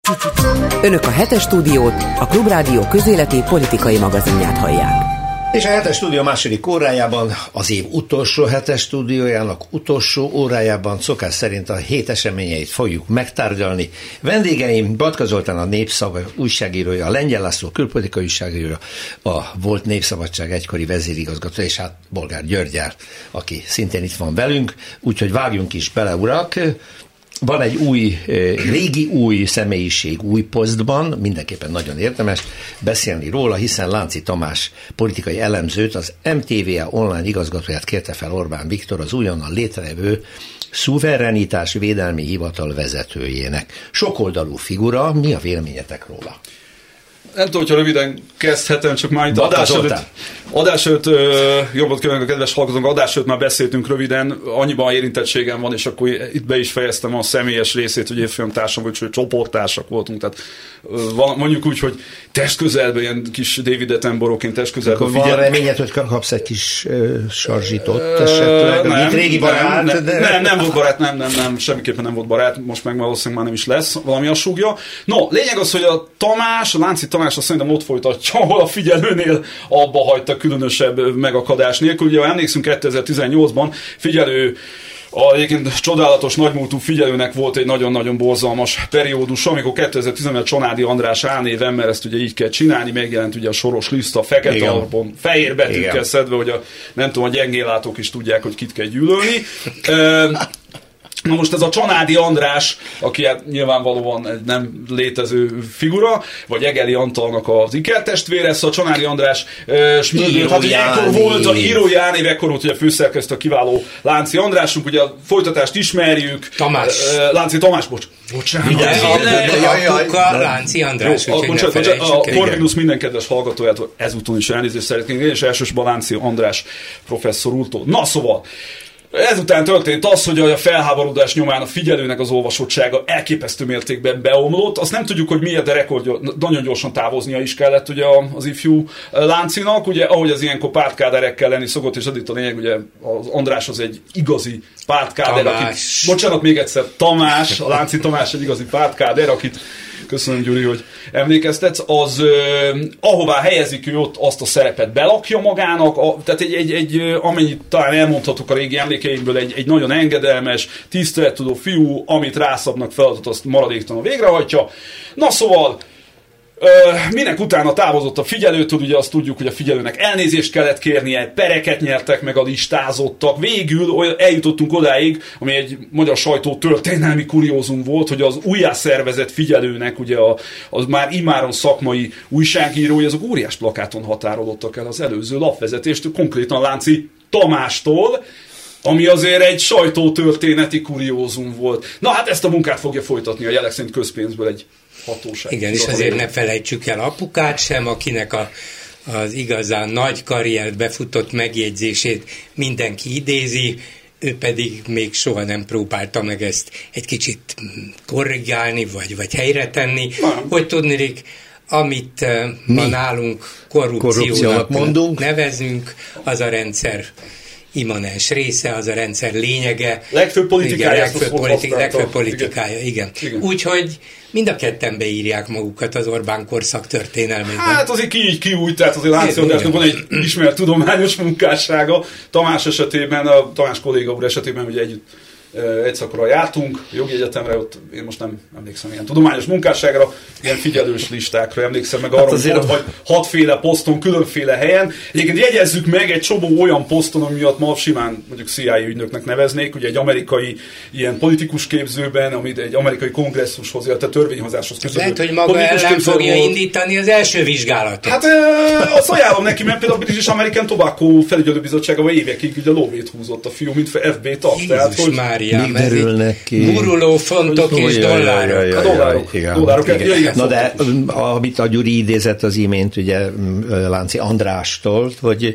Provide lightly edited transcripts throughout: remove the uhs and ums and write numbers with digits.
Önök a Hetes Stúdiót, a Klubrádió közéleti politikai magazinját hallják. És a Hetes Stúdió második órájában, az év utolsó Hetes Stúdiójának utolsó órájában szokás szerint a hét eseményeit fogjuk megtárgyalni. Vendégeim Batka Zoltán, a Népszava újságírója, a Lengyel László külpolitikai újságírója, a volt Népszabadság egykori vezérigazgatója, és hát Bolgár György, aki szintén itt van velünk, úgyhogy vágjunk is bele, urak. Van egy régi új személyiség új posztban, mindenképpen nagyon érdemes beszélni róla, hiszen Lánci Tamás politikai elemzőt, az MTVA online igazgatóját kérte fel Orbán Viktor az újonnan létrejövő Szuverenitás Védelmi Hivatal vezetőjének. Sokoldalú figura, mi a véleményetek róla? Nem tudom, hogyha röviden kezdhetem, csak már itt adás előtt jobbot kívánok a kedves hallgatók, adás előtt már beszéltünk röviden, annyiban érintettségem van, és akkor itt be is fejeztem a személyes részét, hogy évfolyamtársam vagy csoporttársak voltunk, tehát mondjuk úgy, hogy testközelben, ilyen kis David Attenborough-ként testközelben figyel. Van reményed, hogy kapsz egy kis sarzsítót esetleg? Nem, régi barát? Nem volt barát, nem, semmiképpen nem volt barát, most meg valószínűleg már nem is lesz valami a súgja. No, lényeg az, hogy a Lánci Tamás azt szerintem ott folytatja, ahol a figyelőnél abba hagyta különösebb megakadás nélkül. Ugye emlékszünk 2018-ban figyelő, egyébként csodálatos nagymúltú figyelőnek volt egy nagyon-nagyon borzalmas periódus, amikor 2015 Csanádi András álnéven, mert ezt ugye így kell csinálni, megjelent ugye a soros lista, fekete alapon, fehér betűkkel szedve, hogy nem tudom, a gyengéllátók is tudják, hogy kit kell gyűlölni. Na most ez a Csanádi András, aki hát nyilvánvalóan egy nem létező figura, vagy Egeli Antalnak az ikertestvére, szóval Csanádi András Smögött, hát ekkor volt a Író Jánév, ekkor volt ugye főszerkesztő, a kiváló Lánci Andrásunk, ugye a folytatást ismerjük. Tamás. Lánci Tamás, bocsánat. Lánci András. A Corvinus minden kedves hallgatóját ezúton is elnézést szeretnénk, és elsősorban Lánci András professzor úrtól. Na szóval, ezután történt az, hogy a felháborodás nyomán a figyelőnek az olvasottsága elképesztő mértékben beomlott. Azt nem tudjuk, hogy miért, de nagyon gyorsan távoznia is kellett ugye az ifjú Láncinak, ugye ahogy az ilyenkor pártkáderekkel lenni szokott, és itt a lényeg, ugye az András az egy igazi pártkáder, bocsánat még egyszer, Tamás, a Lánci Tamás egy igazi pártkáder, akit köszönöm, Gyuri, hogy emlékeztetsz, az ahová helyezik ő ott, azt a szerepet belakja magának, tehát amennyit talán elmondhatok a régi emlékeinkből, egy nagyon engedelmes, tisztelettudó fiú, amit rászabnak feladatot, azt maradéktalanul végrehajtja. Na szóval, minek utána távozott a figyelőtől, ugye azt tudjuk, hogy a figyelőnek elnézést kellett kérnie, pereket nyertek meg a listázottak, végül eljutottunk odáig, ami egy magyar sajtó történelmi kuriózum volt, hogy az újjászervezett figyelőnek, ugye az már immáron szakmai újságírói, azok óriás plakáton határolódtak el az előző lapvezetést, konkrétan Lánci Tamástól, ami azért egy sajtótörténeti kuriózum volt. Na hát ezt a munkát fogja folytatni a jelek szerint közpénzből egy hatóság. Igen, és azért ne felejtsük el apukát sem, akinek az igazán nagy karriert befutott megjegyzését mindenki idézi, ő pedig még soha nem próbálta meg ezt egy kicsit korrigálni, vagy helyre tenni. Hogy tudnilik, amit ma nálunk korrupciónak mondunk, nevezünk, az a rendszer immanens része, az a rendszer lényege. Legfőbb politikája. Legfőbb politikája, igen. Úgyhogy mind a ketten beírják magukat az Orbán korszak történelmében. Hát azért ki úgy, tehát azért Lánci Andrásnak van egy ismert tudományos munkássága. Tamás esetében, a Tamás kolléga úr esetében ugye együtt egy szakra jártunk, jogi egyetemre, ott én most nem emlékszem ilyen tudományos munkásságra, ilyen figyelős listákra emlékszem meg arra, hogy volt vagy 6 féle poszton, különféle helyen. Egyébként jegyezzük meg egy csomó olyan poszton, ami miatt ma simán mondjuk CIA ügynöknek neveznék, ugye egy amerikai ilyen politikus képzőben, amit egy amerikai kongresszushoz, illetve törvényhozáshoz között. Lehet, hogy maga ellen fogja indítani az első vizsgálatot. Hát azt ajánlom neki, mert például a British American Tobacco felügyelőbizottságában évekig ugye lóvét húzott a fiú, mint FB tag. Még derülnek ki. Guruló fontok és dollárok. Dollárok. Na de, amit a Gyuri idézett az imént, ugye Lánci Andrástól, hogy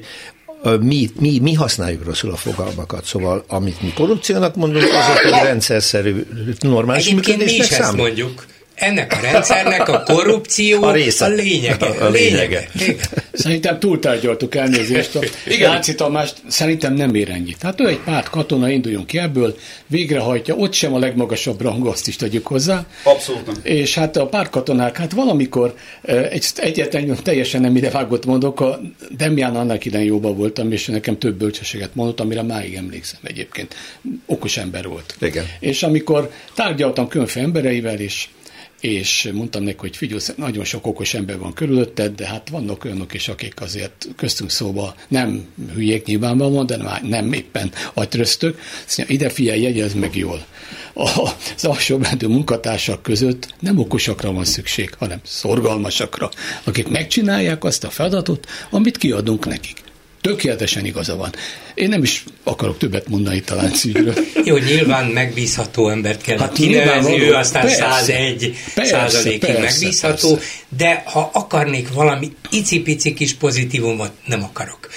mi használjuk rosszul a fogalmakat, szóval amit mi korrupciónak mondunk, azok egy rendszerszerű normális működésnek számít. Ezt mondjuk. Ennek a rendszernek a korrupció a lényege. A lényege. Szerintem túltárgyaltuk, elnézést. Lánci Tamást szerintem nem ér ennyit. Hát ő egy párt katona, induljunk ki ebből, végrehajtja, ott sem a legmagasabb rangú, azt is tegyük hozzá. Abszolút nem. És hát a pártkatonák, hát valamikor egyetlen teljesen nem idevágott mondok, a Demján annak idején jóban voltam, és nekem több bölcsességet mondott, amire máig emlékszem egyébként. Okos ember volt. Igen. És amikor tárgyaltam különféle embereivel is, és mondtam neki, hogy figyelj, nagyon sok okos ember van körülötted, de hát vannak olyanok is, akik azért köztünk szóba nem hülyék nyilvánvalóan, de nem éppen agytröztök. Ide figyelj, jegyezd meg jól. Az alsóbrendű munkatársak között nem okosakra van szükség, hanem szorgalmasakra, akik megcsinálják azt a feladatot, amit kiadunk nekik. Tökéletesen igaza van. Én nem is akarok többet mondani itt a Láncügyről. Jó, nyilván megbízható embert kell kinevezni, ő aztán 101% megbízható, persze. De ha akarnék valami icipici kis pozitívumot, nem akarok.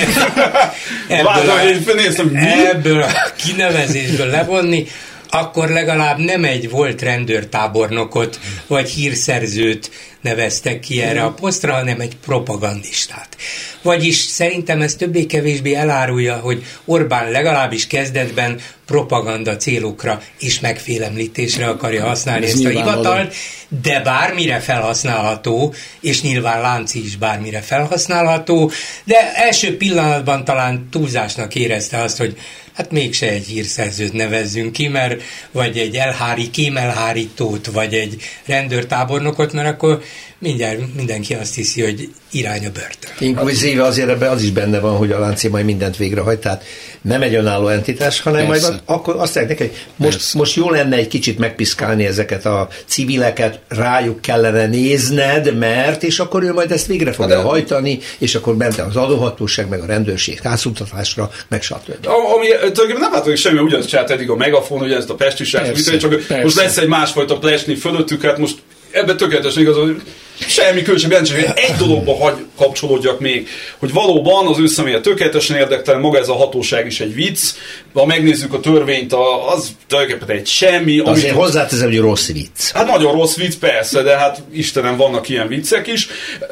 Ebből a kinevezésből levonni, akkor legalább nem egy volt rendőrtábornokot, vagy hírszerzőt neveztek ki erre a posztra, hanem egy propagandistát. Vagyis szerintem ez többé-kevésbé elárulja, hogy Orbán legalábbis kezdetben propaganda célokra és megfélemlítésre akarja használni ezt a hivatalt, de bármire felhasználható, és nyilván Lánci is bármire felhasználható, de első pillanatban talán túlzásnak érezte azt, hogy hát mégse egy hírszerzőt nevezzünk ki, mert vagy egy kémelhárítót, vagy egy rendőrtábornokot, mert akkor mindjárt mindenki azt hiszi, hogy irány a börtön. Inkluzíve azért ebben az is benne van, hogy a Lánci majd mindent végrehajt, tehát nem egy önálló entitás, hanem persze. Majd akkor azt mondják neki, hogy most jó lenne egy kicsit megpiszkálni ezeket a civileket, rájuk kellene nézned, mert, és akkor ő majd ezt végre fogja hajtani, és akkor ment az adóhatóság, meg a rendőrség házkutatásra, meg stb. Ami tulajdonképpen nem látok semmi, ugyanazt csinált eddig a Megafon, ugye ezt a pestisás, csak most lesz egy másfajta plesni fölöttük, hát most ebben tökéletesen igaz, hogy semmi különösebb, csak egy dologba hagy kapcsolódjak még, hogy valóban az ő személye tökéletesen érdektelen, maga ez a hatóság is egy vicc, ha megnézzük a törvényt, az tulajdonképpen egy semmi. Azért hozzáteszem, hogy rossz vicc. Hát nagyon rossz vicc, persze, de hát Istenem, vannak ilyen viccek is.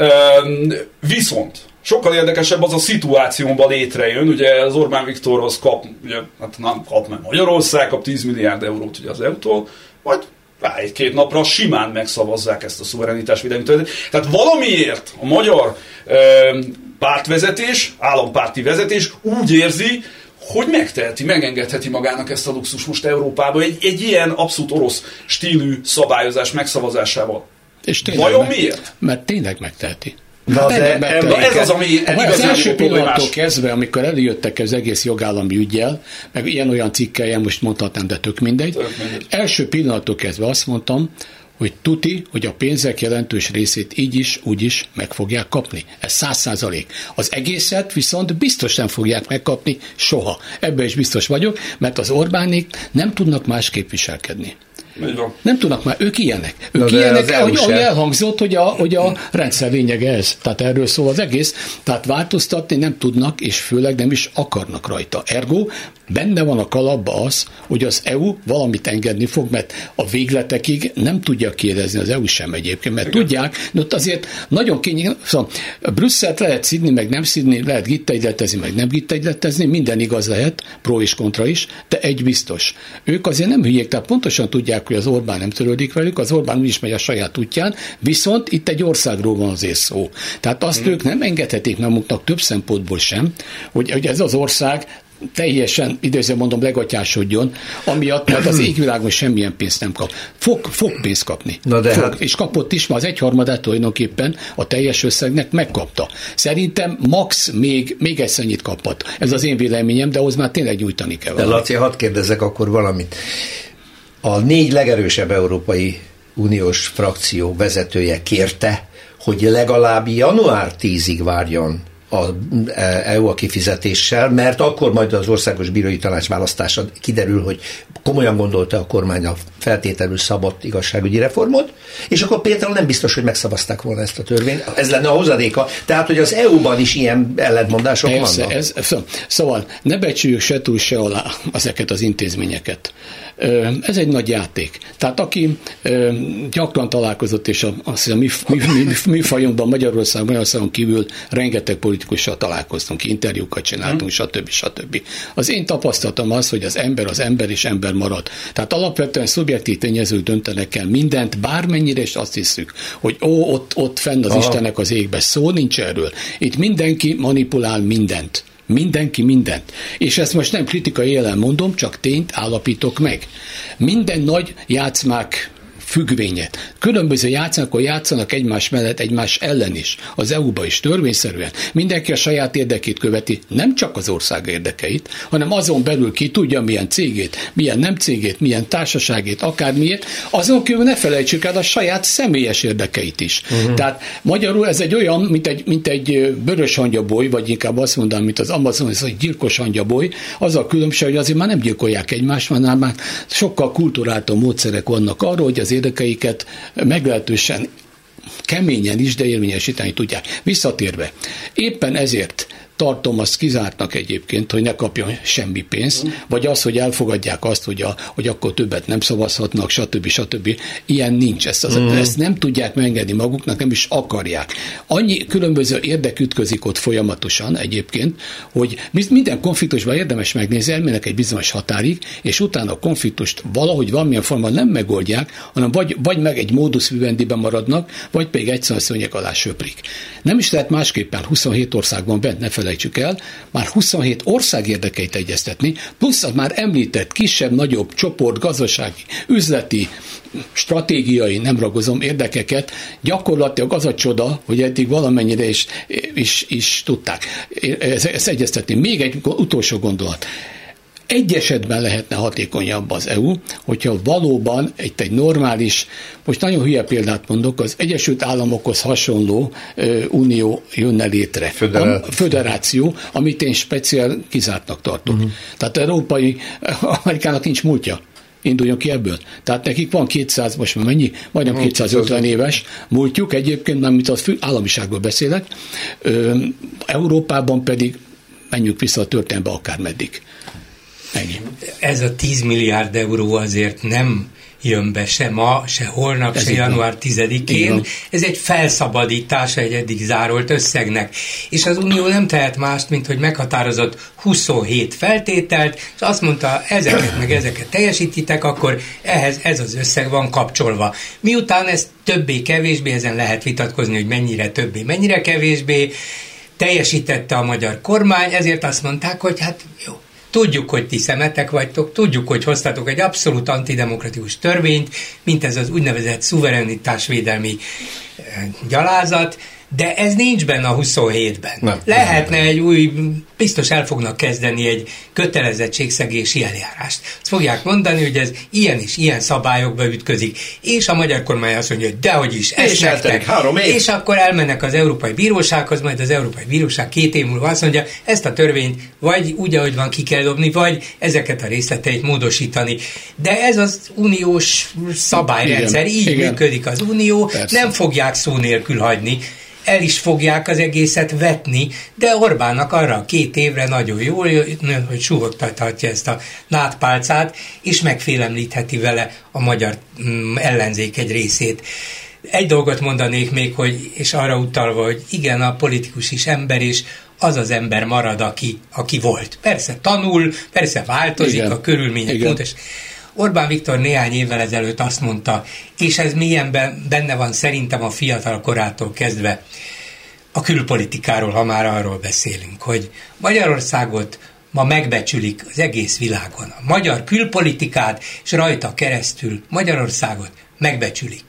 Viszont sokkal érdekesebb az a szituációban létrejön, ugye az Orbán Viktorhoz kap, ugye, hát nem kap, mert Magyarország kap 10 milliárd eurót ugye az EU-tól, majd egy-két napra simán megszavazzák ezt a szuverenitásvédelmi törvényt. Tehát valamiért a magyar pártvezetés, állampárti vezetés úgy érzi, hogy megteheti, megengedheti magának ezt a luxus most Európában egy ilyen abszolút orosz stílű szabályozás megszavazásával. És vajon miért? Mert tényleg megteheti. Ez az, ami az első pillanattól kezdve, amikor előjöttek az egész jogállami üggyel, meg ilyen-olyan cikkeljen, most mondhatnám, de tök mindegy. Első pillanattól kezdve azt mondtam, hogy tuti, hogy a pénzek jelentős részét így is, úgy is meg fogják kapni. Ez 100%. Az egészet viszont biztos nem fogják megkapni soha. Ebben is biztos vagyok, mert az Orbánék nem tudnak másképp viselkedni. Nem tudnak már, ők ilyenek. Ők ilyenek, ahogy elhangzott, hogy a rendszer lényege ez. Tehát erről szól az egész. Tehát változtatni nem tudnak, és főleg nem is akarnak rajta. Ergo benne van a kalapba az, hogy az EU valamit engedni fog, mert a végletekig nem tudja kiérezni az EU sem egyébként, mert tudják, de ott azért nagyon kényeg, szóval Brüsszelt lehet szidni, meg nem szidni, lehet gittegyletezni, meg nem gittegyletezni, minden igaz lehet, pro és kontra is, de egy biztos. Ők azért nem hülyék, tehát pontosan tudják, hogy az Orbán nem törődik velük, az Orbán úgyis megy a saját útján, viszont itt egy országról van azért szó. Tehát azt ők nem engedhetik maguknak több szempontból sem, hogy ez az ország teljesen, idézően mondom, legatyásodjon, amiatt, mert az égvilágon semmilyen pénzt nem kap. Fog pénzt kapni. Hát... És kapott is, már az 1/3 tulajdonképpen a teljes összegnek megkapta. Szerintem max még egyszennyit kaphat. Ez az én véleményem, de ahhoz már tényleg nyújtani kell. De Laci, hadd kérdezzek akkor valamit. A 4 legerősebb Európai Uniós frakció vezetője kérte, hogy legalább január 10-ig várjon az EU a kifizetéssel, mert akkor majd az Országos Bírói Tanács választása kiderül, hogy komolyan gondolta a kormány a feltételül szabott igazságügyi reformot, és akkor például nem biztos, hogy megszavazták volna ezt a törvényt. Ez lenne a hozadéka. Tehát, hogy az EU-ban is ilyen ellentmondások vannak. Szóval ne becsüljük se túl, se alá ezeket az intézményeket. Ez egy nagy játék. Tehát aki gyakran találkozott, és azt hiszem, mi fajunkban Magyarországon kívül rengeteg politikussal találkoztunk, interjúkat csináltunk, stb. Az én tapasztalatom az, hogy az ember és ember marad. Tehát alapvetően szubjektív tényezők döntenek el mindent, bármennyire is azt hiszük, hogy ott fenn az Istennek az égbe. Szó nincs erről. Itt mindenki manipulál mindent. Mindenki mindent. És ezt most nem kritikai élen mondom, csak tényt állapítok meg. Minden nagy játszmák függvényet. Különböző játszmákon játszanak egymás mellett, egymás ellen is. Az EU-ba is törvényszerűen. Mindenki a saját érdekét követi, nem csak az ország érdekeit, hanem azon belül ki tudja, milyen cégét, milyen nem cégét, milyen társaságét, akármilyet, azon kívül ne felejtsük el a saját személyes érdekeit is. Tehát magyarul ez egy olyan, mint egy vörös hangyaboly, vagy inkább azt mondanám, mint az Amazon, ez egy gyilkos hangyaboly, az a különbség, hogy azért már nem gyilkolják egymást, hanem már sokkal kulturáltabb módszerek vannak arra, hogy az érdekeiket meglehetősen keményen is, de érvényesíteni tudják. Visszatérve, éppen ezért tartom azt kizártnak egyébként, hogy ne kapjon semmi pénzt, vagy az, hogy elfogadják azt, hogy akkor többet nem szavazhatnak, stb. Ilyen nincs. Ezt nem tudják megengedni maguknak, nem is akarják. Annyi különböző érdek ütközik ott folyamatosan egyébként, hogy minden konfliktusban érdemes megnézni, elmennek egy bizonyos határig, és utána a konfliktust valahogy valamilyen formában nem megoldják, hanem vagy meg egy modus vivendiben maradnak, vagy pedig egyszerűen szőnyeg alá söprik. Nem is lehet másképpen 27 országban bent, ne felejtsük el, már 27 ország érdekeit egyeztetni, plusz az már említett kisebb-nagyobb csoport, gazdasági, üzleti, stratégiai, nem ragozom, érdekeket, gyakorlatilag az a csoda, hogy eddig valamennyire is tudták ezt egyeztetni. Még egy utolsó gondolat. Egy esetben lehetne hatékonyabb az EU, hogyha valóban egy normális, most nagyon hülye példát mondok, az Egyesült Államokhoz hasonló unió jönne létre. Föderáció, amit én speciál kizártnak tartok. Tehát Amerikának nincs múltja. Induljon ki ebből. Tehát nekik van 200, most már mennyi? Majdnem 250 éves múltjuk, egyébként nem, mint az államiságból beszélek. Európában pedig menjünk vissza a történetbe akármeddig. Ennyi. Ez a 10 milliárd euró azért nem jön be se ma, se holnap, se január 10-én. Ez egy felszabadítása egy eddig zárolt összegnek. És az Unió nem tehet mást, mint hogy meghatározott 27 feltételt, és azt mondta, ezeket teljesítitek, akkor ehhez ez az összeg van kapcsolva. Miután ez többé-kevésbé, ezen lehet vitatkozni, hogy mennyire többé, mennyire kevésbé, teljesítette a magyar kormány, ezért azt mondták, hogy hát jó, tudjuk, hogy ti szemetek vagytok, tudjuk, hogy hoztatok egy abszolút antidemokratikus törvényt, mint ez az úgynevezett szuverenitásvédelmi gyalázat, de ez nincs benne a 27-ben. Lehetne egy új, biztos el fognak kezdeni egy kötelezettségszegési eljárást. Azt fogják mondani, hogy ez ilyen és ilyen szabályokba ütközik, és a magyar kormány azt mondja, hogy dehogy is, ezt nektek. És akkor elmennek az Európai Bírósághoz, majd az Európai Bíróság 2 év múlva azt mondja, ezt a törvényt vagy úgy, ahogy van, ki kell dobni, vagy ezeket a részleteit módosítani. De ez az uniós szabályrendszer, így működik az unió, nem fogják szó nélkül hagyni, el is fogják az egészet vetni, de Orbánnak arra 2 évre nagyon jól jön, hogy súlyogtathatja ezt a nádpálcát, és megfélemlítheti vele a magyar ellenzék egy részét. Egy dolgot mondanék még, és arra utalva, hogy igen, a politikus is ember, és az az ember marad, aki volt. Persze tanul, persze változik, igen, a körülmények fontos. Orbán Viktor néhány évvel ezelőtt azt mondta, és ez mélyen benne van szerintem a fiatal korától kezdve a külpolitikáról, ha már arról beszélünk, hogy Magyarországot ma megbecsülik az egész világon. A magyar külpolitikát, és rajta keresztül Magyarországot megbecsülik.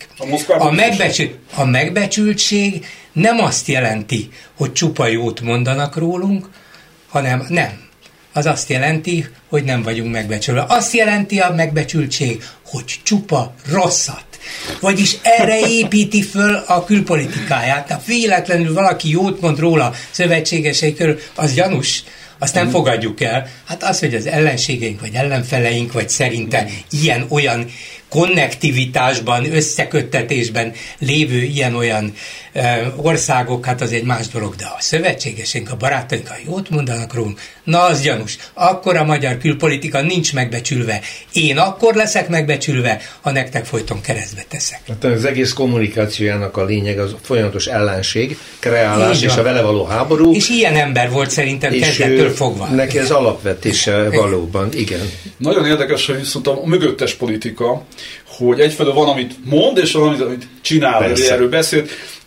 A megbecsültség nem azt jelenti, hogy csupa jót mondanak rólunk, hanem nem. Az azt jelenti, hogy nem vagyunk megbecsülve. Azt jelenti a megbecsültség, hogy csupa rosszat. Vagyis erre építi föl a külpolitikáját. Ha véletlenül valaki jót mond róla szövetségesei körül, az gyanús. Azt nem fogadjuk el. Hát az, hogy az ellenségeink, vagy ellenfeleink, vagy szerinte ilyen-olyan konnektivitásban, összeköttetésben lévő ilyen-olyan országok, hát az egy más dolog, de a szövetségeseink, a barátaink, ha jót mondanak rólunk, na az gyanús. Akkor a magyar külpolitika nincs megbecsülve. Én akkor leszek megbecsülve, ha nektek folyton keresztbe teszek. Hát az egész kommunikációjának a lényeg az folyamatos ellenség, kreálás és a vele való háború. És ilyen ember volt szerintem kezdettől fogva. Neki ez alapvetése valóban, igen. Nagyon érdekes, hogy viszont a mögöttes politika, hogy egyfelől van, amit mond, és van, amit csinál, erről beszélt,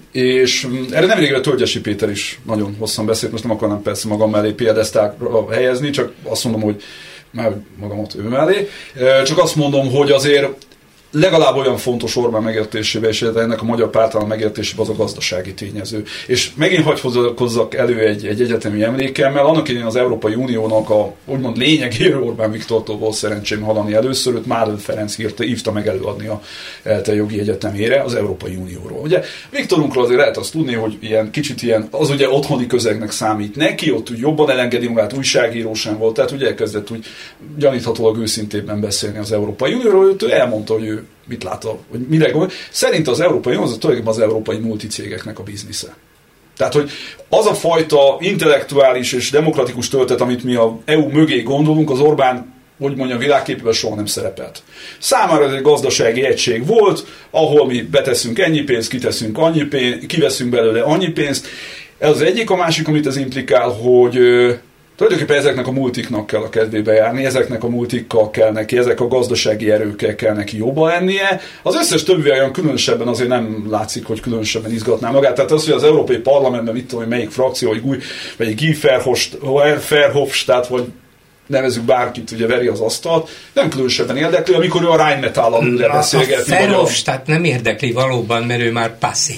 és erre nemrégre Tölgyesi Péter is nagyon hosszan beszélt, most nem akarnám persze magam mellé piedesztára helyezni, csak azt mondom, hogy már magamat ő mellé, csak azt mondom, hogy azért legalább olyan fontos Orbán megértésében, és ennek a magyar pártállam megértésében az a gazdasági tényező. És megint hagy hozzak elő egy egyetemi emlékemmel, annak idején az Európai Uniónak a úgymond lényegéről Orbán Viktortól volt szerencsém hallani először, őt Mádl Ferenc hívta meg előadni a ELTE jogi egyetemére az Európai Unióról. Ugye Viktorunkról azért lehet azt tudni, hogy kicsit ilyen, az ugye otthoni közegnek számít neki, ott úgy jobban elengedi magát, újságíró sem volt, tehát ugye elkezdett úgy gyaníthatólag őszintében beszélni az Európai Unióról, ő elmondta, hogy ő mit lát, hogy mire gondol. Szerint az Európai Unió az tulajdonképpen az európai multicégeknek a biznisze. Tehát, hogy az a fajta intellektuális és demokratikus töltet, amit mi a EU mögé gondolunk, az Orbán, hogy mondjam, világképében soha nem szerepelt. Számára ez egy gazdasági egység volt, ahol mi beteszünk ennyi pénzt, kiteszünk annyi pénzt, kiveszünk belőle annyi pénzt. Ez az egyik, a másik, amit ez implikál, hogy tulajdonképpen ezeknek a multiknak kell a kedvébe járni, ezeknek a multikkal kell neki, ezek a gazdasági erőkkel kell neki jobban lennie. Az összes többi olyan különösebben azért nem látszik, hogy különösebben izgatná magát. Tehát az, hogy az Európai Parlamentben mit tudom, hogy melyik frakció, vagy egy Guy Verhofstadt, vagy nevezzük bárkit, ugye veri az asztalt, nem különösebben érdekli, amikor ő a Rheinmetállal ül beszélgetni. A Verhofstadt nem érdekli valóban, mert ő már passé.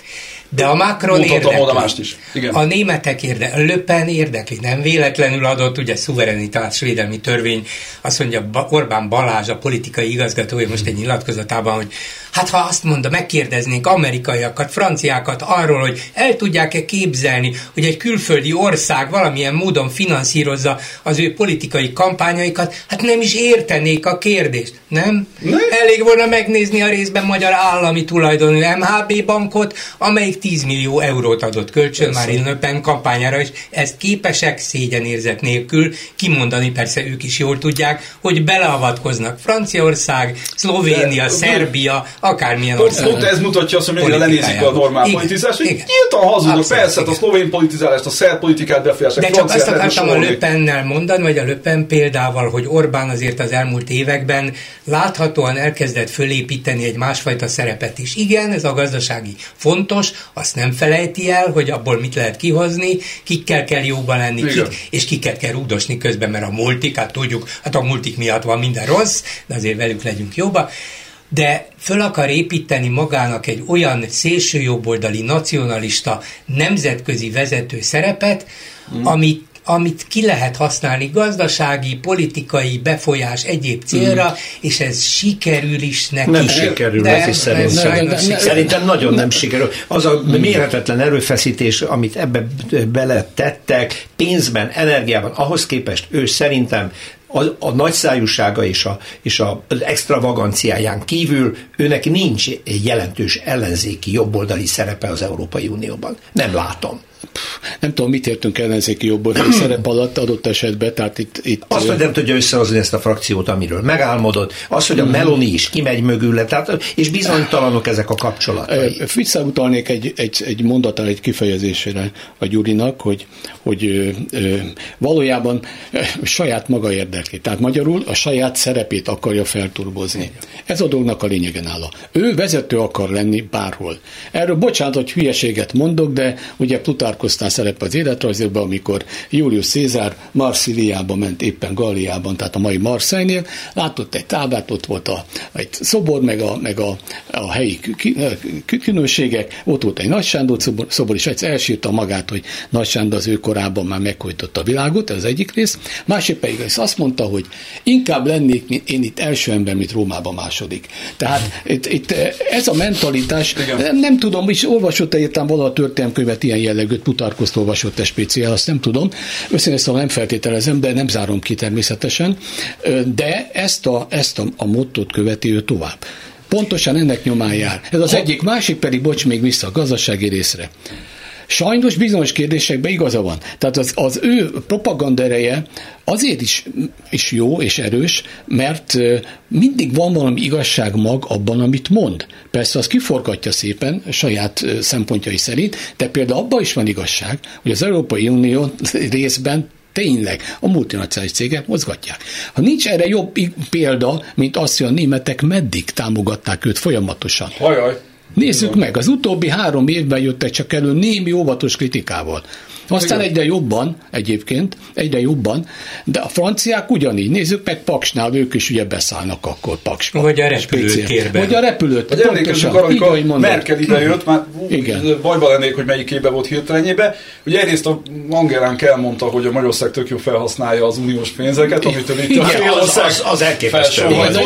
De a Macron érdekli, a németek érdekli, Le Pen érdekli, nem véletlenül adott, ugye szuverenitásvédelmi törvény, azt mondja Orbán Balázs, a politikai igazgatója most egy nyilatkozatában, hogy hát ha azt mondta, megkérdeznénk amerikaiakat, franciákat arról, hogy el tudják-e képzelni, hogy egy külföldi ország valamilyen módon finanszírozza az ő politikai kampányaikat, hát nem is értenék a kérdést, nem? Elég volna megnézni a részben magyar állami tulajdonú MHB bankot, amelyik 10 millió eurót adott kölcsön Marine Le Pen kampányára, és ezt képesek szégyenérzet nélkül kimondani, persze ők is jól tudják, hogy beleavatkoznak Franciaország, Szlovénia, Szerbia, akármilyen ország. Pont ez mutatja azt, hogy mennyire lenézik a normál politizást, hogy nyíltan hazudnak, persze, a szlovén politizálást, a szerb politikát befolyásolják. De csak azt akartam a Le Pennel mondani, vagy a Le Pen példával, hogy Orbán azért az elmúlt években láthatóan elkezdett fölépíteni egy másfajta szerepet is. Igen, ez a gazdasági fontos, azt nem felejti el, hogy abból mit lehet kihozni, kikkel kell jóban lenni, és kiket kell rúgdosni közben, mert a multik, hát tudjuk, hát a multik miatt van minden rossz, de azért velük legyünk jóba. De föl akar építeni magának egy olyan szélsőjobboldali, nacionalista, nemzetközi vezető szerepet, amit ki lehet használni gazdasági, politikai befolyás egyéb célra, és ez sikerül is neki. Nem sikerül neki szerintem nagyon nem sikerül. Az a mérhetetlen erőfeszítés, amit ebbe beletettek, pénzben, energiában, ahhoz képest ő szerintem a nagyszájúsága és az extravaganciáján kívül őnek nincs egy jelentős ellenzéki jobboldali szerepe az Európai Unióban. Nem látom. Nem tudom, mit értünk ellenzéki jobboldali szerep alatt adott esetben, tehát itt azt, hogy nem tudja összehozni ezt a frakciót, amiről megálmodott, az, hogy a Meloni is kimegy mögüle, tehát, és bizonytalanok ezek a kapcsolatai. Visszautalnék egy mondattal, egy kifejezésére a Gyurinak, hogy valójában saját maga érdekli. Tehát magyarul a saját szerepét akarja felturbozni. Ez a dolognak a lényege nála. Ő vezető akar lenni bárhol. Erről bocsánat, hogy hülyeséget mondok, de ugye Plutarkhosztán szerepel az életrajzokban, amikor Julius Cézár Marsziliába ment, éppen Galliában, tehát a mai Marseille-nél, látott egy táblát, ott volt egy szobor, meg a helyi különbségek, ott volt egy Nagy Sándor szobor, és egyszer elsírta magát, hogy Nagy Sándor az ő korában már meghojtotta a világot, ez az egyik rész. Másik pedig azt mondta, hogy inkább lennék én itt első ember, mint Rómában második. Tehát itt ez a mentalitás, nem tudom, és olvasott értem valaha a történelmkönyvet ilyen jellegűt, Plutarkoszt olvasott speciál, azt nem tudom, össze nem feltételezem, de nem zárom ki természetesen, de ezt a mottót követi ő tovább. Pontosan ennek nyomán jár. Ez az egyik, másik pedig, bocs, még vissza a gazdasági részre. Sajnos bizonyos kérdésekben igaza van. Tehát az ő propaganda ereje azért is jó és erős, mert mindig van valami igazságmag abban, amit mond. Persze az kiforgatja szépen saját szempontjai szerint, de például abban is van igazság, hogy az Európai Unió részben tényleg a multinacionális cégek mozgatják. Ha nincs erre jobb példa, mint azt, hogy a németek meddig támogatták őt folyamatosan. Hajaj. Nézzük meg, az utóbbi 3 évben jöttek csak elő némi óvatos kritikával. Aztán egyre jobban, de a franciák ugyanígy. Nézzük meg Paksnál, ők is ugye beszállnak akkor Paksba. Vagy a repülőtérben. Vagy a repülőtérben. Hogy emlékezzük arra, amikor Merkel idejött, már bajba lennék, hogy melyik évben volt hirtelenjében. Ugye egyrészt a Angelánk elmondta, hogy a Magyarország tök jó felhasználja az uniós pénzeket, amitől itt a félország az elképesztő.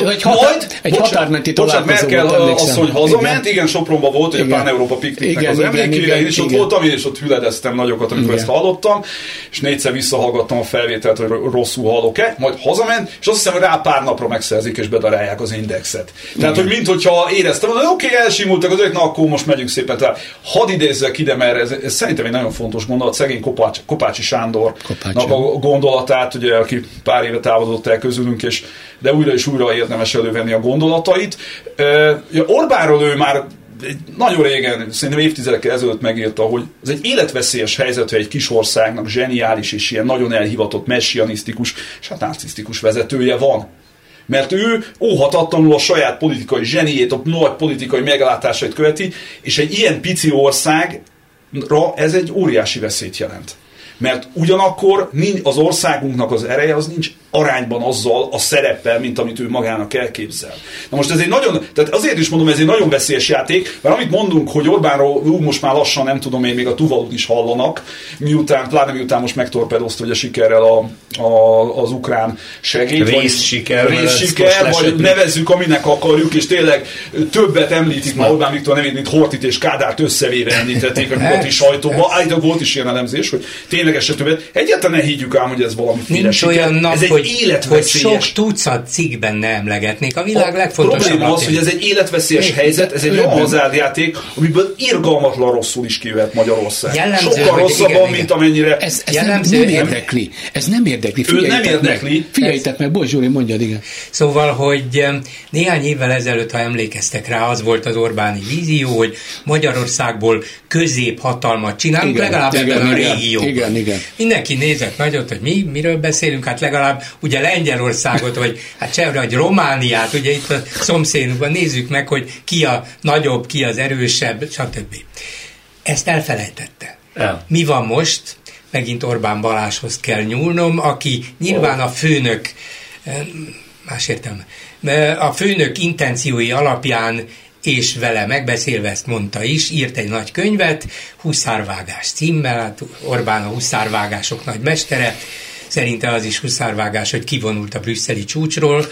Egy határmenti találkozó Merkel asszony hazament, igen, Sopronban volt egy Pán-Európa pikniknek az emlékére, én is ott voltam, és ott hüledeztem nagyokat, amikor ezt hallottam, és 4-szer visszahallgattam a felvételt, hogy rosszul hallok-e, majd hazament, és azt hiszem, hogy rá pár napra megszerzik, és bedarálják az indexet. Tehát, hogy minthogyha éreztem, hogy oké, elsimultak az na akkor most megyünk szépen. Tehát hadd idézzek ide, mert ez szerintem egy nagyon fontos gondolat, szegény Kopácsi Sándornak a gondolatát, ugye, aki pár éve távozott el közülünk, de újra és újra érdemes elővenni a gondolatait. Orbánról ő már nagyon régen, szerintem évtizedekkel ezelőtt megírta, hogy ez egy életveszélyes helyzet, hogy egy kis országnak zseniális és ilyen nagyon elhivatott, messianisztikus és narcisztikus vezetője van. Mert ő óhatatlanul a saját politikai zseniét, a nagy politikai meglátásait követi, és egy ilyen pici országra ez egy óriási veszélyt jelent. Mert ugyanakkor az országunknak az ereje az nincs arányban azzal a szereppel, mint amit ő magának elképzel. Na most ez egy tehát azért is mondom, ez egy nagyon veszélyes játék, mert amit mondunk, hogy Orbánról most már lassan nem tudom én, még a Tuvalut is hallanak, pláne miután most megtorpedozta ugye sikerrel az ukrán segélyt. Részsiker, vagy nevezzük, aminek akarjuk, és tényleg többet említik már Orbán Viktor nevét, mint Horthyt és Kádárt összevéve említették a nyugati sajtóban. Állítólag volt is ilyen elemzés, hogy tényleg eset többet. Egyáltalán ne higgyük ám, hogy ez valami féleség. Ez egy hogy sok tucat cikkben ne emlegetnék. A világ legfontosabb. A probléma az, hogy ez egy életveszélyes helyzet, ez egy olyan hazárjáték, amiből irgalmatlan rosszul is kijöhet Magyarország. Jellemző, sokkal rosszabban, mint amennyire... Ez nem érdekli. Ez nem érdekli. Figyeljétek meg. Bocs, Zsóri, mondjad, igen. Szóval, hogy néhány évvel ezelőtt, ha emlékeztek rá, az volt az Orbáni vízió, hogy Magyarországból középhatalmat csinálunk, legalább ebben a régióban. Igen. Mindenki nézett nagyot, hogy miről beszélünk, hát legalább ugye Lengyelországot, vagy vagy Romániát, ugye itt a szomszédunkban nézzük meg, hogy ki a nagyobb, ki az erősebb, stb. Ezt elfelejtette. Mi van most? Megint Orbán Balázshoz kell nyúlnom, aki nyilván a főnök, más értelme, a főnök intenciói alapján és vele megbeszélve, ezt mondta is, írt egy nagy könyvet, Huszárvágás címmel, hát Orbán a huszárvágások nagy mestere, szerintem az is huszárvágás, hogy kivonult a brüsszeli csúcsról.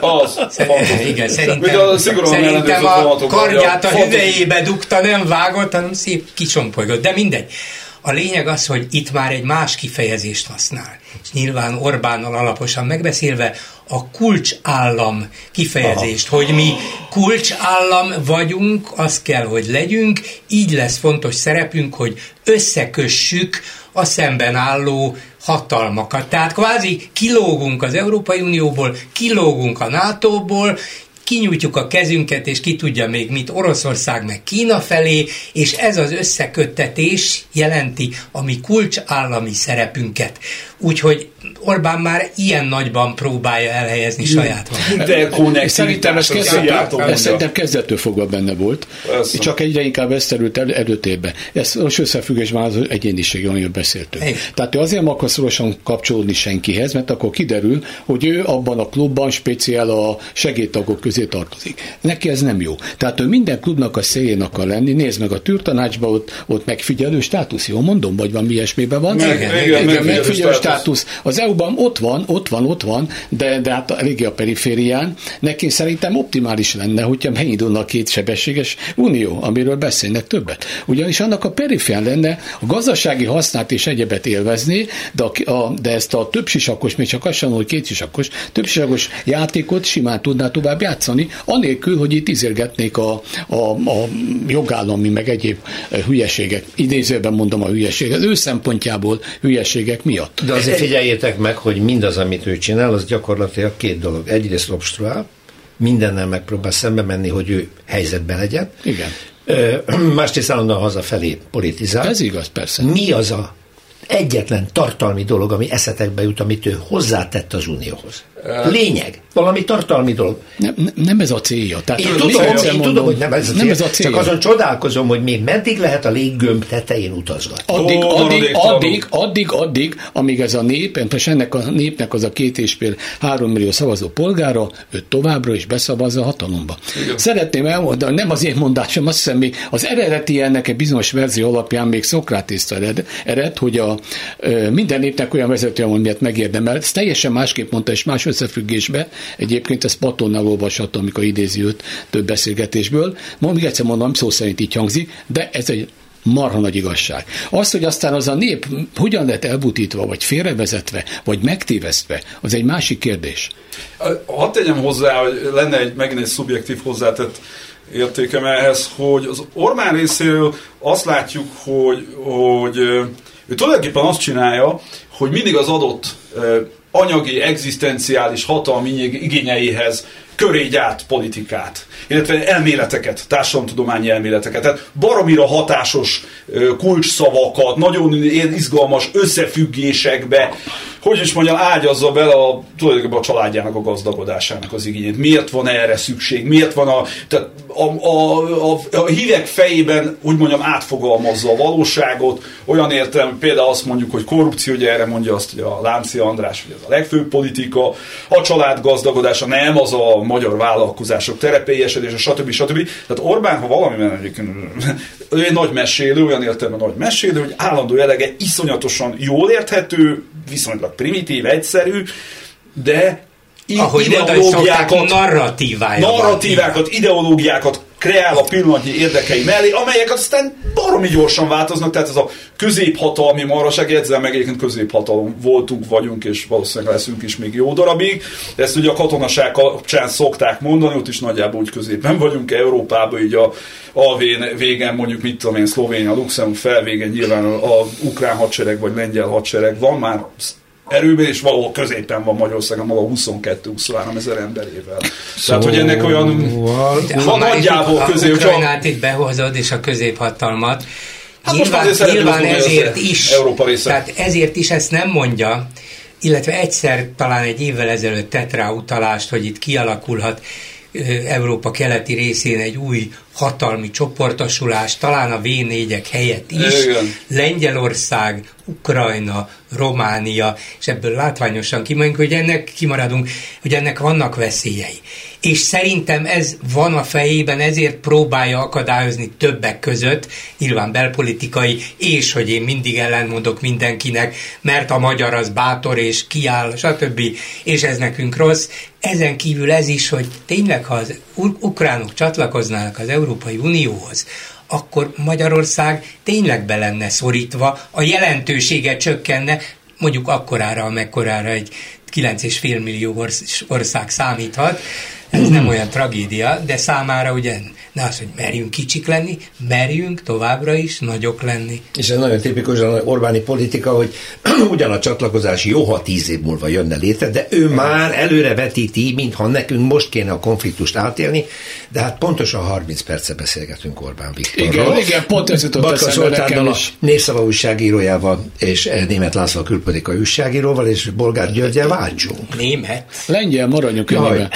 Igen, szerintem a kardját a hüvelyébe dugta, nem vágott, hanem szép kisompolygott, de mindegy. A lényeg az, hogy itt már egy más kifejezést használ. És nyilván Orbánnal alaposan megbeszélve a kulcsállam kifejezést, hogy mi kulcsállam vagyunk, az kell, hogy legyünk, így lesz fontos szerepünk, hogy összekössük a szemben álló hatalmakat. Tehát kvázi kilógunk az Európai Unióból, kilógunk a NATO-ból, kinyújtjuk a kezünket, és ki tudja még mit Oroszország meg Kína felé, és ez az összeköttetés jelenti a mi kulcsállami szerepünket. úgyhogy Orbán már ilyen nagyban próbálja elhelyezni saját magát. Szerintem ez kezdettől fogva benne volt, csak egyre inkább ez terült előtérbe. Ez most összefüggésben az egyéniség, amiről beszéltünk. Tehát ő azért akar szorosan kapcsolódni senkihez, mert akkor kiderül, hogy ő abban a klubban speciál a segédtagok közé tartozik. Neki ez nem jó. Tehát ő minden klubnak a széljén akar lenni, nézd meg a tűrtanácsba, ott megfigyelő státusz, jó mondom, vagy van mi ilyesmiben van? Igen, megfigyelő státusz. Az EU-ban ott van, de hát eléggé a periférián. Neki szerintem optimális lenne, hogyha megindulna a kétsebességes unió, amiről beszélnek többet. Ugyanis annak a periférián lenne a gazdasági hasznát és egyebet élvezni, de ezt a többsisakos, még csak azt sem, hogy kétsisakos, többsisakos játékot simán tudná tovább játszani, anélkül, hogy itt izérgetnék a jogállami, meg egyéb hülyeségek. Idézőben mondom a hülyeségek. Az ő szempontjából hülyeségek miatt. De azért figyeljétek meg, hogy mindaz, amit ő csinál, az gyakorlatilag két dolog. Egyrészt obstruál, mindennel megpróbál szembe menni, hogy ő helyzetben legyen. Igen. Másrészt állandóan hazafelé politizál. Ez igaz, persze. Mi az a egyetlen tartalmi dolog, ami eszetekbe jut, amit ő hozzátett az Unióhoz? Lényeg. Valami tartalmi dolog. Nem ez a célja. Tehát én tudom, hogy nem ez a célja. Csak azon csodálkozom, hogy még meddig lehet a léggömb tetején utazgatni. Addig, amíg ez a nép, és ennek a népnek az a 2,5-3 millió szavazó polgára, ő továbbra is beszavazza a hatalomba. Igen. Szeretném elmondani, nem az én mondásom, azt hiszem még az eredeti ennek egy bizonyos verzió alapján még Szokratésztől ered, hogy minden népnek olyan vezetője van, miért megérdemel. Ez teljesen másképp mondta, és más összefüggésbe. Egyébként ez Platonnál olvashatom, amikor idézi őt több beszélgetésből. Még egyszer mondom, szó szerint így hangzik, de ez egy marha nagy igazság. Az, hogy aztán az a nép hogyan lett elbutítva, vagy félrevezetve, vagy megtévesztve, az egy másik kérdés. Hadd tegyem hozzá, hogy lenne megint egy szubjektív hozzátett értékem ehhez, hogy az Orbán részéről azt látjuk, hogy ő tulajdonképpen azt csinálja, hogy mindig az adott anyagi, egzisztenciális hatalmi igényeihez köré gyárt politikát, illetve elméleteket, társadalomtudományi elméleteket. Tehát baromira hatásos kulcsszavakat, nagyon izgalmas összefüggésekbe, hogy is mondjam, ágyazza bele tulajdonképpen a családjának a gazdagodásának az igényét. Miért van erre szükség? Miért van a hívek fejében, úgy mondjam, átfogalmazza a valóságot, olyan értelem, például azt mondjuk, hogy korrupció, ugye erre mondja azt, hogy a Lámci András, hogy ez a legfőbb politika, a család gazdagodása nem az a magyar vállalkozások terepélyesedése, stb. Tehát Orbán, ha valamiben egyébként egy nagy mesélő, olyan értelemben nagy mesélő, hogy állandó jellege iszonyatosan jól érthető, viszonylag primitív, egyszerű, de narratívákat, ideológiákat kreál a pillanatnyi érdekei mellé, amelyek aztán baromi gyorsan változnak, tehát ez a középhatalmi marhaság, ezzel meg egyébként középhatalom voltunk, vagyunk, és valószínűleg leszünk is még jó darabig. De ezt ugye a katonaság kapcsán szokták mondani, ott is nagyjából úgy középen vagyunk, Európában így a végen mondjuk, mit tudom én, Szlovénia, Luxemburg felvégen nyilván a ukrán hadsereg vagy lengyel hadsereg van már erőben, és valahol középen van Magyarországon, valahol 22-23 ezer emberével. Tehát, hogy ennek olyan van nagyjából közé, Ukrajnát itt behozod, és a középhatalmat. Hát nyilván ezért is, tehát ezért is ezt nem mondja, illetve egyszer talán egy évvel ezelőtt tett rá utalást, hogy itt kialakulhat Európa keleti részén egy új hatalmi csoportosulás, talán a V4-ek helyett is, igen. Lengyelország, Ukrajna, Románia, és ebből látványosan kimaradunk, hogy ennek vannak veszélyei. És szerintem ez van a fejében, ezért próbálja akadályozni többek között, nyilván belpolitikai, és hogy én mindig ellentmondok mindenkinek, mert a magyar az bátor és kiáll, stb. És ez nekünk rossz. Ezen kívül ez is, hogy tényleg, ha az ukránok csatlakoznának az Európai Unióhoz, akkor Magyarország tényleg be lenne szorítva, a jelentősége csökkenne, mondjuk akkorára, amekkorára egy 9,5 millió ország számíthat. Ez nem olyan tragédia, de számára ugye de az, hogy merjünk kicsik lenni, merjünk továbbra is nagyok lenni. És ez nagyon tipikusan Orbáni politika, hogy ugyan a csatlakozás jó, ha 10 év múlva jönne létre, de ő már előre vetíti, mintha nekünk most kéne a konfliktust átélni, de hát pontosan 30 perce beszélgetünk Orbán Viktorról. Igen, pont ez jutott Batka Zoltánnal, a Népszava újságírójával, és Németh László külpolitikai újságíróval, és Bolgár Györgyel váltsunk. Német? Lengyel, maradjunk önnébe.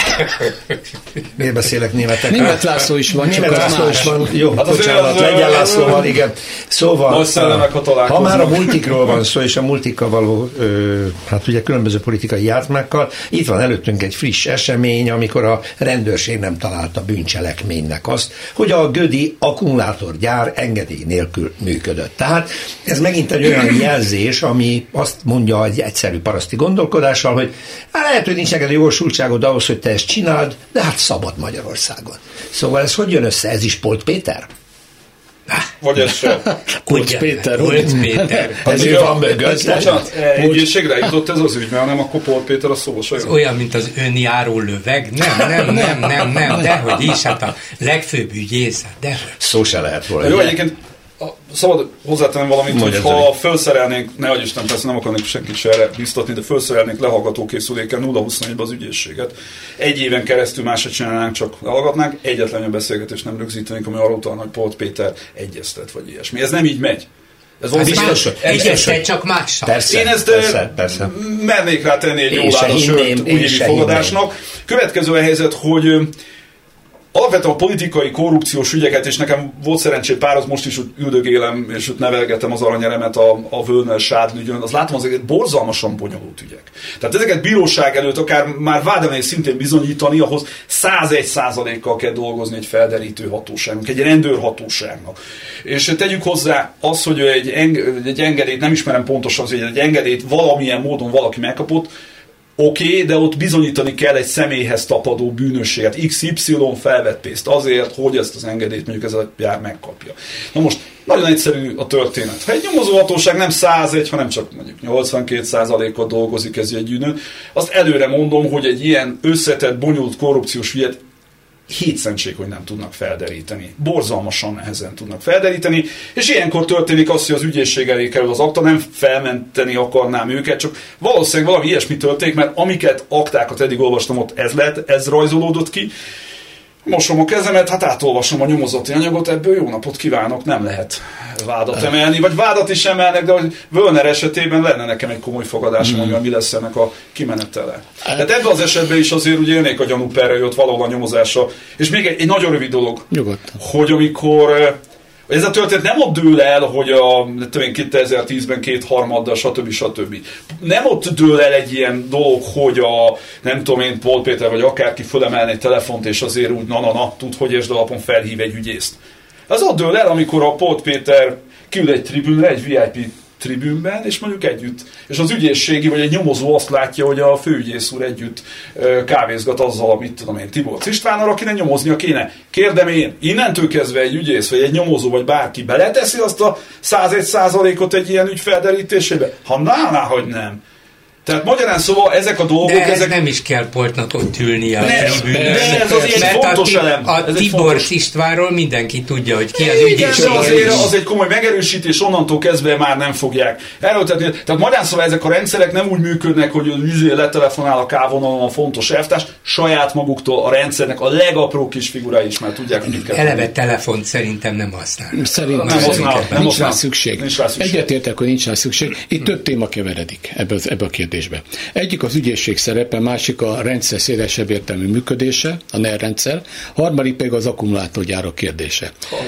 Miért beszélek németekkel? Németh László is van, Németh László is van. Jó, hát bocsánat, Lengyel Lászlóval, igen. Szóval, ha már a multikról van szó, és a multikkal való, hát ugye különböző politikai játszmákkal, itt van előttünk egy friss esemény, amikor a rendőrség nem találta bűncselekménynek azt, hogy a gödi akkumulátorgyár engedély nélkül működött. Tehát ez megint egy olyan jelzés, ami azt mondja egy egyszerű paraszti gondolkodással, hogy hát lehet, hogy nincs neked jogosultságod ahhoz, hogy te ezt csináld, de hát szabad Magyarországon. Szóval ez hogy jön össze? Ez is Polt Péter? Vagy ez sem. Kulcs Péter. Ezért van mögött. Bocsánat, ügyészségre jutott ez az ügy, mert nem, akkor Polt Péter a szóval saját. Olyan, mint az önjáró löveg? Nem, dehogy is, hát a legfőbb ügyész, dehogy. Szó se lehet róla. Jó, egyébként szabad hozzátenni valamit, hogy ha felszerelnénk, ne adj Isten, persze nem akarnék senkit se erre biztatni, de felszerelnénk lehallgatókészülékkel 0-24-be az ügyészséget. Egy éven keresztül másra csinálnánk, csak lehallgatnánk, egyetlen olyan beszélgetést nem rögzítenénk, ami arról utalna, hogy Polt Péter egyeztet, vagy ilyesmi. Ez nem így megy. Ez biztos, egyeztet csak mással. Persze, én ezt persze. Mernék rá tenni egy jó láda sört újévi fogadásnak. Következő a helyzet, hogy alapvetően a politikai korrupciós ügyeket, és nekem volt szerencsé pároz, most is üldögélem, és ott nevelgetem az aranyeremet a Völner Sádl ügyön, az látom, ezeket borzalmasan bonyolult ügyek. Tehát ezeket bíróság előtt akár már vádemelés szintén bizonyítani, ahhoz 101%-kal kell dolgozni egy felderítő hatóságnak, egy rendőrhatóságnak. És tegyük hozzá azt, hogy egy engedélyt, nem ismerem pontosan, hogy egy engedélyt valamilyen módon valaki megkapott, Oké, de ott bizonyítani kell egy személyhez tapadó bűnösséget. XY felvett pénzt azért, hogy ezt az engedélyt mondjuk ez a jár megkapja. Na most, nagyon egyszerű a történet. Ha egy nyomozóhatóság nem 101, hanem csak mondjuk 82%-ot dolgozik ez egy ügyön, azt előre mondom, hogy egy ilyen összetett, bonyolult korrupciós ügyet hétszentség, hogy nem tudnak felderíteni. Borzalmasan nehezen tudnak felderíteni, és ilyenkor történik az, hogy az ügyészség elé kerül az akta, nem felmenteni akarnám őket, csak valószínűleg valami ilyesmi történik, mert amiket aktákat eddig olvastam, ott ez rajzolódott ki. Mosom a kezemet, hát átolvasom a nyomozati anyagot, ebből jó napot kívánok, nem lehet vádat emelni, vagy vádat is emelnek, de hogy Völner esetében lenne nekem egy komoly fogadásom, hogy mi lesz ennek a kimenetele. Tehát ebben az esetben is azért ugye élnék a gyanúperre, hogy ott valahol a nyomozása. És még egy nagyon rövid dolog, hogy amikor ez a történet nem ott dől el, hogy a 2010-ben 2/3, stb. Nem ott dől el egy ilyen dolog, hogy a nem tudom én, Polt Péter vagy akárki fölemelne egy telefont, és azért úgy tud, hogy és alapon felhív egy ügyészt. Ez ott dől el, amikor a Polt Péter kiül egy tribünre, egy VIP tribünben, és mondjuk együtt. És az ügyészségi, vagy egy nyomozó azt látja, hogy a főügyész úr együtt kávézgat azzal, amit tudom én, Tiborcs Istvánnal, akinek nyomoznia kéne. Kérdem én, innentől kezdve egy ügyész, vagy egy nyomozó, vagy bárki beleteszi azt a 101%-ot egy ilyen ügy felderítésébe? Ha hogy nem. Tehát magyarán szóval ezek a dolgok... De ez nem is kell Poltnak ott ülni a tribűnön. Ez azért egy fontos elem. A Tiborcs Istvánról mindenki tudja, hogy ki az ügyészség. Az egy komoly megerősítés, onnantól kezdve már nem fogják erőltetni. Tehát magyarán szóval ezek a rendszerek nem úgy működnek, hogy az ügyé letelefonál a kávonalon a fontos elvtárs, saját maguktól a rendszernek a legapró kis figurái is már tudják, hogy mit kell. Eleve telefont szerintem nem használnak. Szerintem nincs rá szükség. Egyetértek, hogy nincs rá szükség. Itt több téma keveredik ebbe a kérdésbe. Egyik az ügyészség szerepe, másik a rendszer szélesebb értelmű működése, a NER rendszer, harmadik pedig az akkumulátorgyárak kérdése.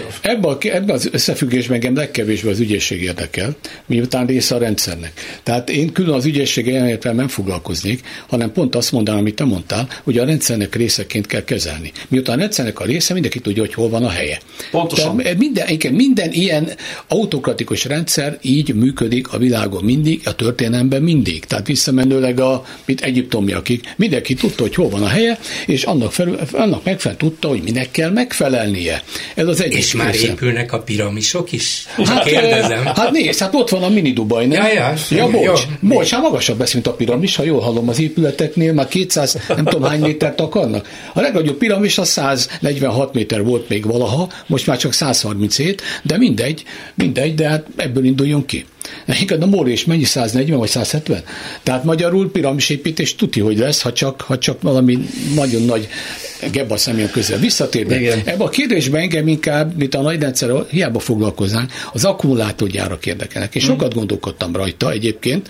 Ebben az összefüggésben engem legkevésbé az ügyészség érdekel, miután része a rendszernek. Tehát én külön az ügyészség jelenlétvel nem foglalkoznék, hanem pont azt mondanám, amit te mondtál, hogy a rendszernek részeként kell kezelni. Miután a rendszernek a része, mindenki tudja, hogy hol van a helye. Pontosan. Minden ilyen autokratikus rendszer így működik a világon mindig, a történelemben mindig. Tehát visszamenőleg mint egyiptomiakig. Mindenki tudta, hogy hol van a helye, és annak megfelelően tudta, hogy minek kell megfelelnie. Ez az egyik. És már épülnek a piramisok is? Kérdezem. Hát nézd, ott van a mini Dubaj, nem? Bocs, hát magasabb lesz, mint a piramis, ha jól hallom az épületeknél, már 200, nem tudom hány métert akarnak. A legnagyobb piramis a 146 méter volt még valaha, most már csak 137, de mindegy, de hát ebből induljon ki. A Móri mennyi, 140 vagy 170? Tehát magyarul piramisépítés tuti, hogy lesz, ha csak valami nagyon nagy gebba szemjön közel. Visszatérve, ebbe a kérdésben engem inkább, mint a nagy rendszer, hiába foglalkoznánk, az akkumulátorgyárak érdekelnek. És sokat gondolkodtam rajta egyébként,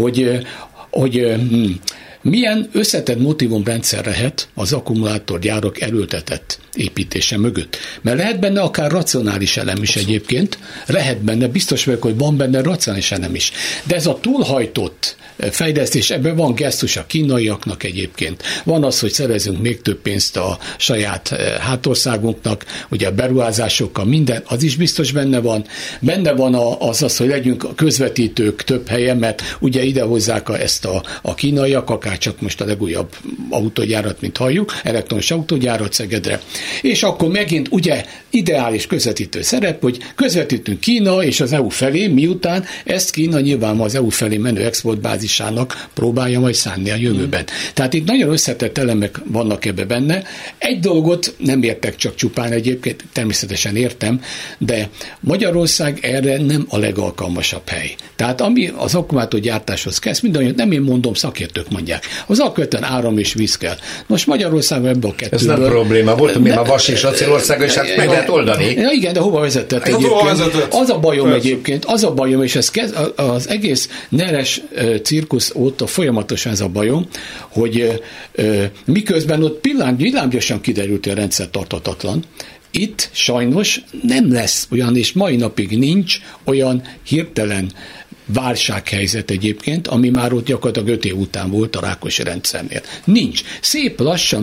hogy milyen összetett motivumrendszer lehet az akkumulátorgyárak erőltetett építése mögött. Mert lehet benne akár racionális elem is egyébként, lehet benne, biztos vagyok, hogy van benne racionális elem is. De ez a túlhajtott fejlesztés, ebben van gesztus a kínaiaknak egyébként. Van az, hogy szerezünk még több pénzt a saját hátországunknak, ugye a beruházásokkal, minden, az is biztos benne van. Benne van az, hogy legyünk közvetítők több helyen, mert ugye idehozzák ezt a kínaiak, akár csak most a legújabb autógyárat, mint halljuk, elektromos autógyárat Szegedre. És akkor megint ugye ideális közvetítő szerep, hogy közvetítünk Kína és az EU felé, miután ezt Kína nyilván az EU felé menő exportbázisának próbálja majd szánni a jövőben. Tehát itt nagyon összetett elemek vannak ebbe benne. Egy dolgot nem értek csak csupán egyébként, természetesen értem, de Magyarország erre nem a legalkalmasabb hely. Tehát ami az akkumulátorgyártáshoz kezd, mindannyian nem én mondom, szakértők mondják. Az alapvetően áram és víz kell. Most Magyarországon ebben a kettőből... Ez nem probléma. Voltunk mi a vas és acélország, és hát meg lehet oldani. Ja, igen, de hova vezetett egyébként? Az a bajom egyébként, és ez az egész neres cirkusz óta folyamatosan ez a bajom, hogy miközben ott villámgyorsan kiderült, hogy a rendszer tarthatatlan, itt sajnos nem lesz olyan, és mai napig nincs olyan hirtelen válsághelyzet egyébként, ami már ott gyakorlatilag 5 év után volt a Rákosi rendszernél. Nincs. Szép lassan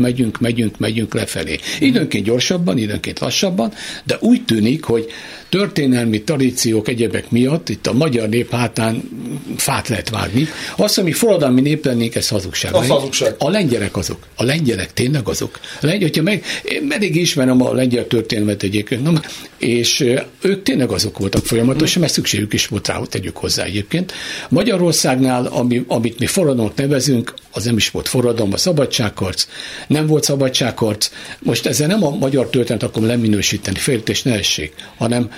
megyünk lefelé. Időnként gyorsabban, időnként lassabban, de úgy tűnik, hogy történelmi tradíciók, egyebek miatt itt a magyar nép hátán fát lehet vágni. Azt, hogy mi forradalmi nép lennénk, ez hazugság. A lengyelek azok. A lengyelek tényleg azok. Én elég ismerem a lengyel történelmet egyébként, és ők tényleg azok voltak folyamatosan, mert szükségük is volt rá, hogy tegyük hozzá egyébként. Magyarországnál, amit mi forradalmat nevezünk, az nem is volt forradalom, a szabadságharc, nem volt szabadságharc. Most ezzel nem a magyar történet akarom leminősíteni, félreértés ne essék, hanem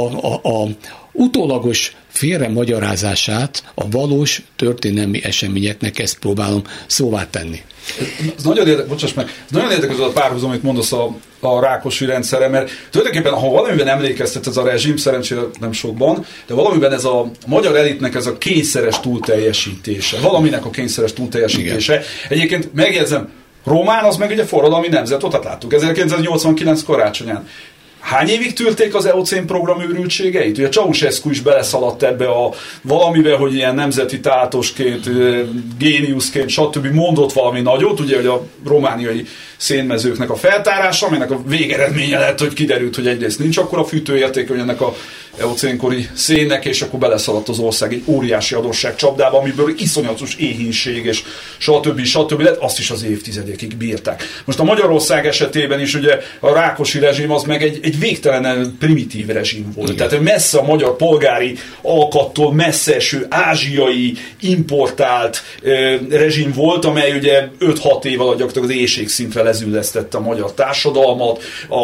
a utólagos félremagyarázását a valós történelmi eseményeknek ezt próbálom szóvá tenni. Ez nagyon érdekes az a párhuzam, amit mondasz a Rákosi rendszerre, mert tulajdonképpen, ha valamiben emlékeztet ez a rezsim, szerencsére nem sokban, de valamiben ez a magyar elitnek ez a kényszeres túlteljesítése. Valaminek a kényszeres túlteljesítése. Igen. Egyébként megjegyzem, Román az meg ugye forradalmi nemzet, ott láttuk 1989 karácsonyán. Hány évig tűrték az EOCén program őrültségeit? Ugye Ceausescu is beleszaladt ebbe a valamivel, hogy ilyen nemzeti tátosként, géniuszként, stb. Mondott valami nagyot, ugye, hogy a romániai szénmezőknek a feltárása, aminek a végeredménye lett, hogy kiderült, hogy egyrészt nincs akkora fűtőértéke, hogy ennek a eocénkori szénnek, és akkor beleszaladt az ország egy óriási adósságcsapdába, amiből iszonyatos éhínség, és stb. Lett, azt is az évtizedekig bírták. Most a Magyarország esetében is ugye a Rákosi rezsim az meg egy végtelen primitív rezsim volt. Igen. Tehát messze a magyar polgári alkattól messze eső ázsiai importált rezsim volt, amely ugye 5-6 év alatt gyakorlatilag az éhségszintre lezüllesztette a magyar társadalmat,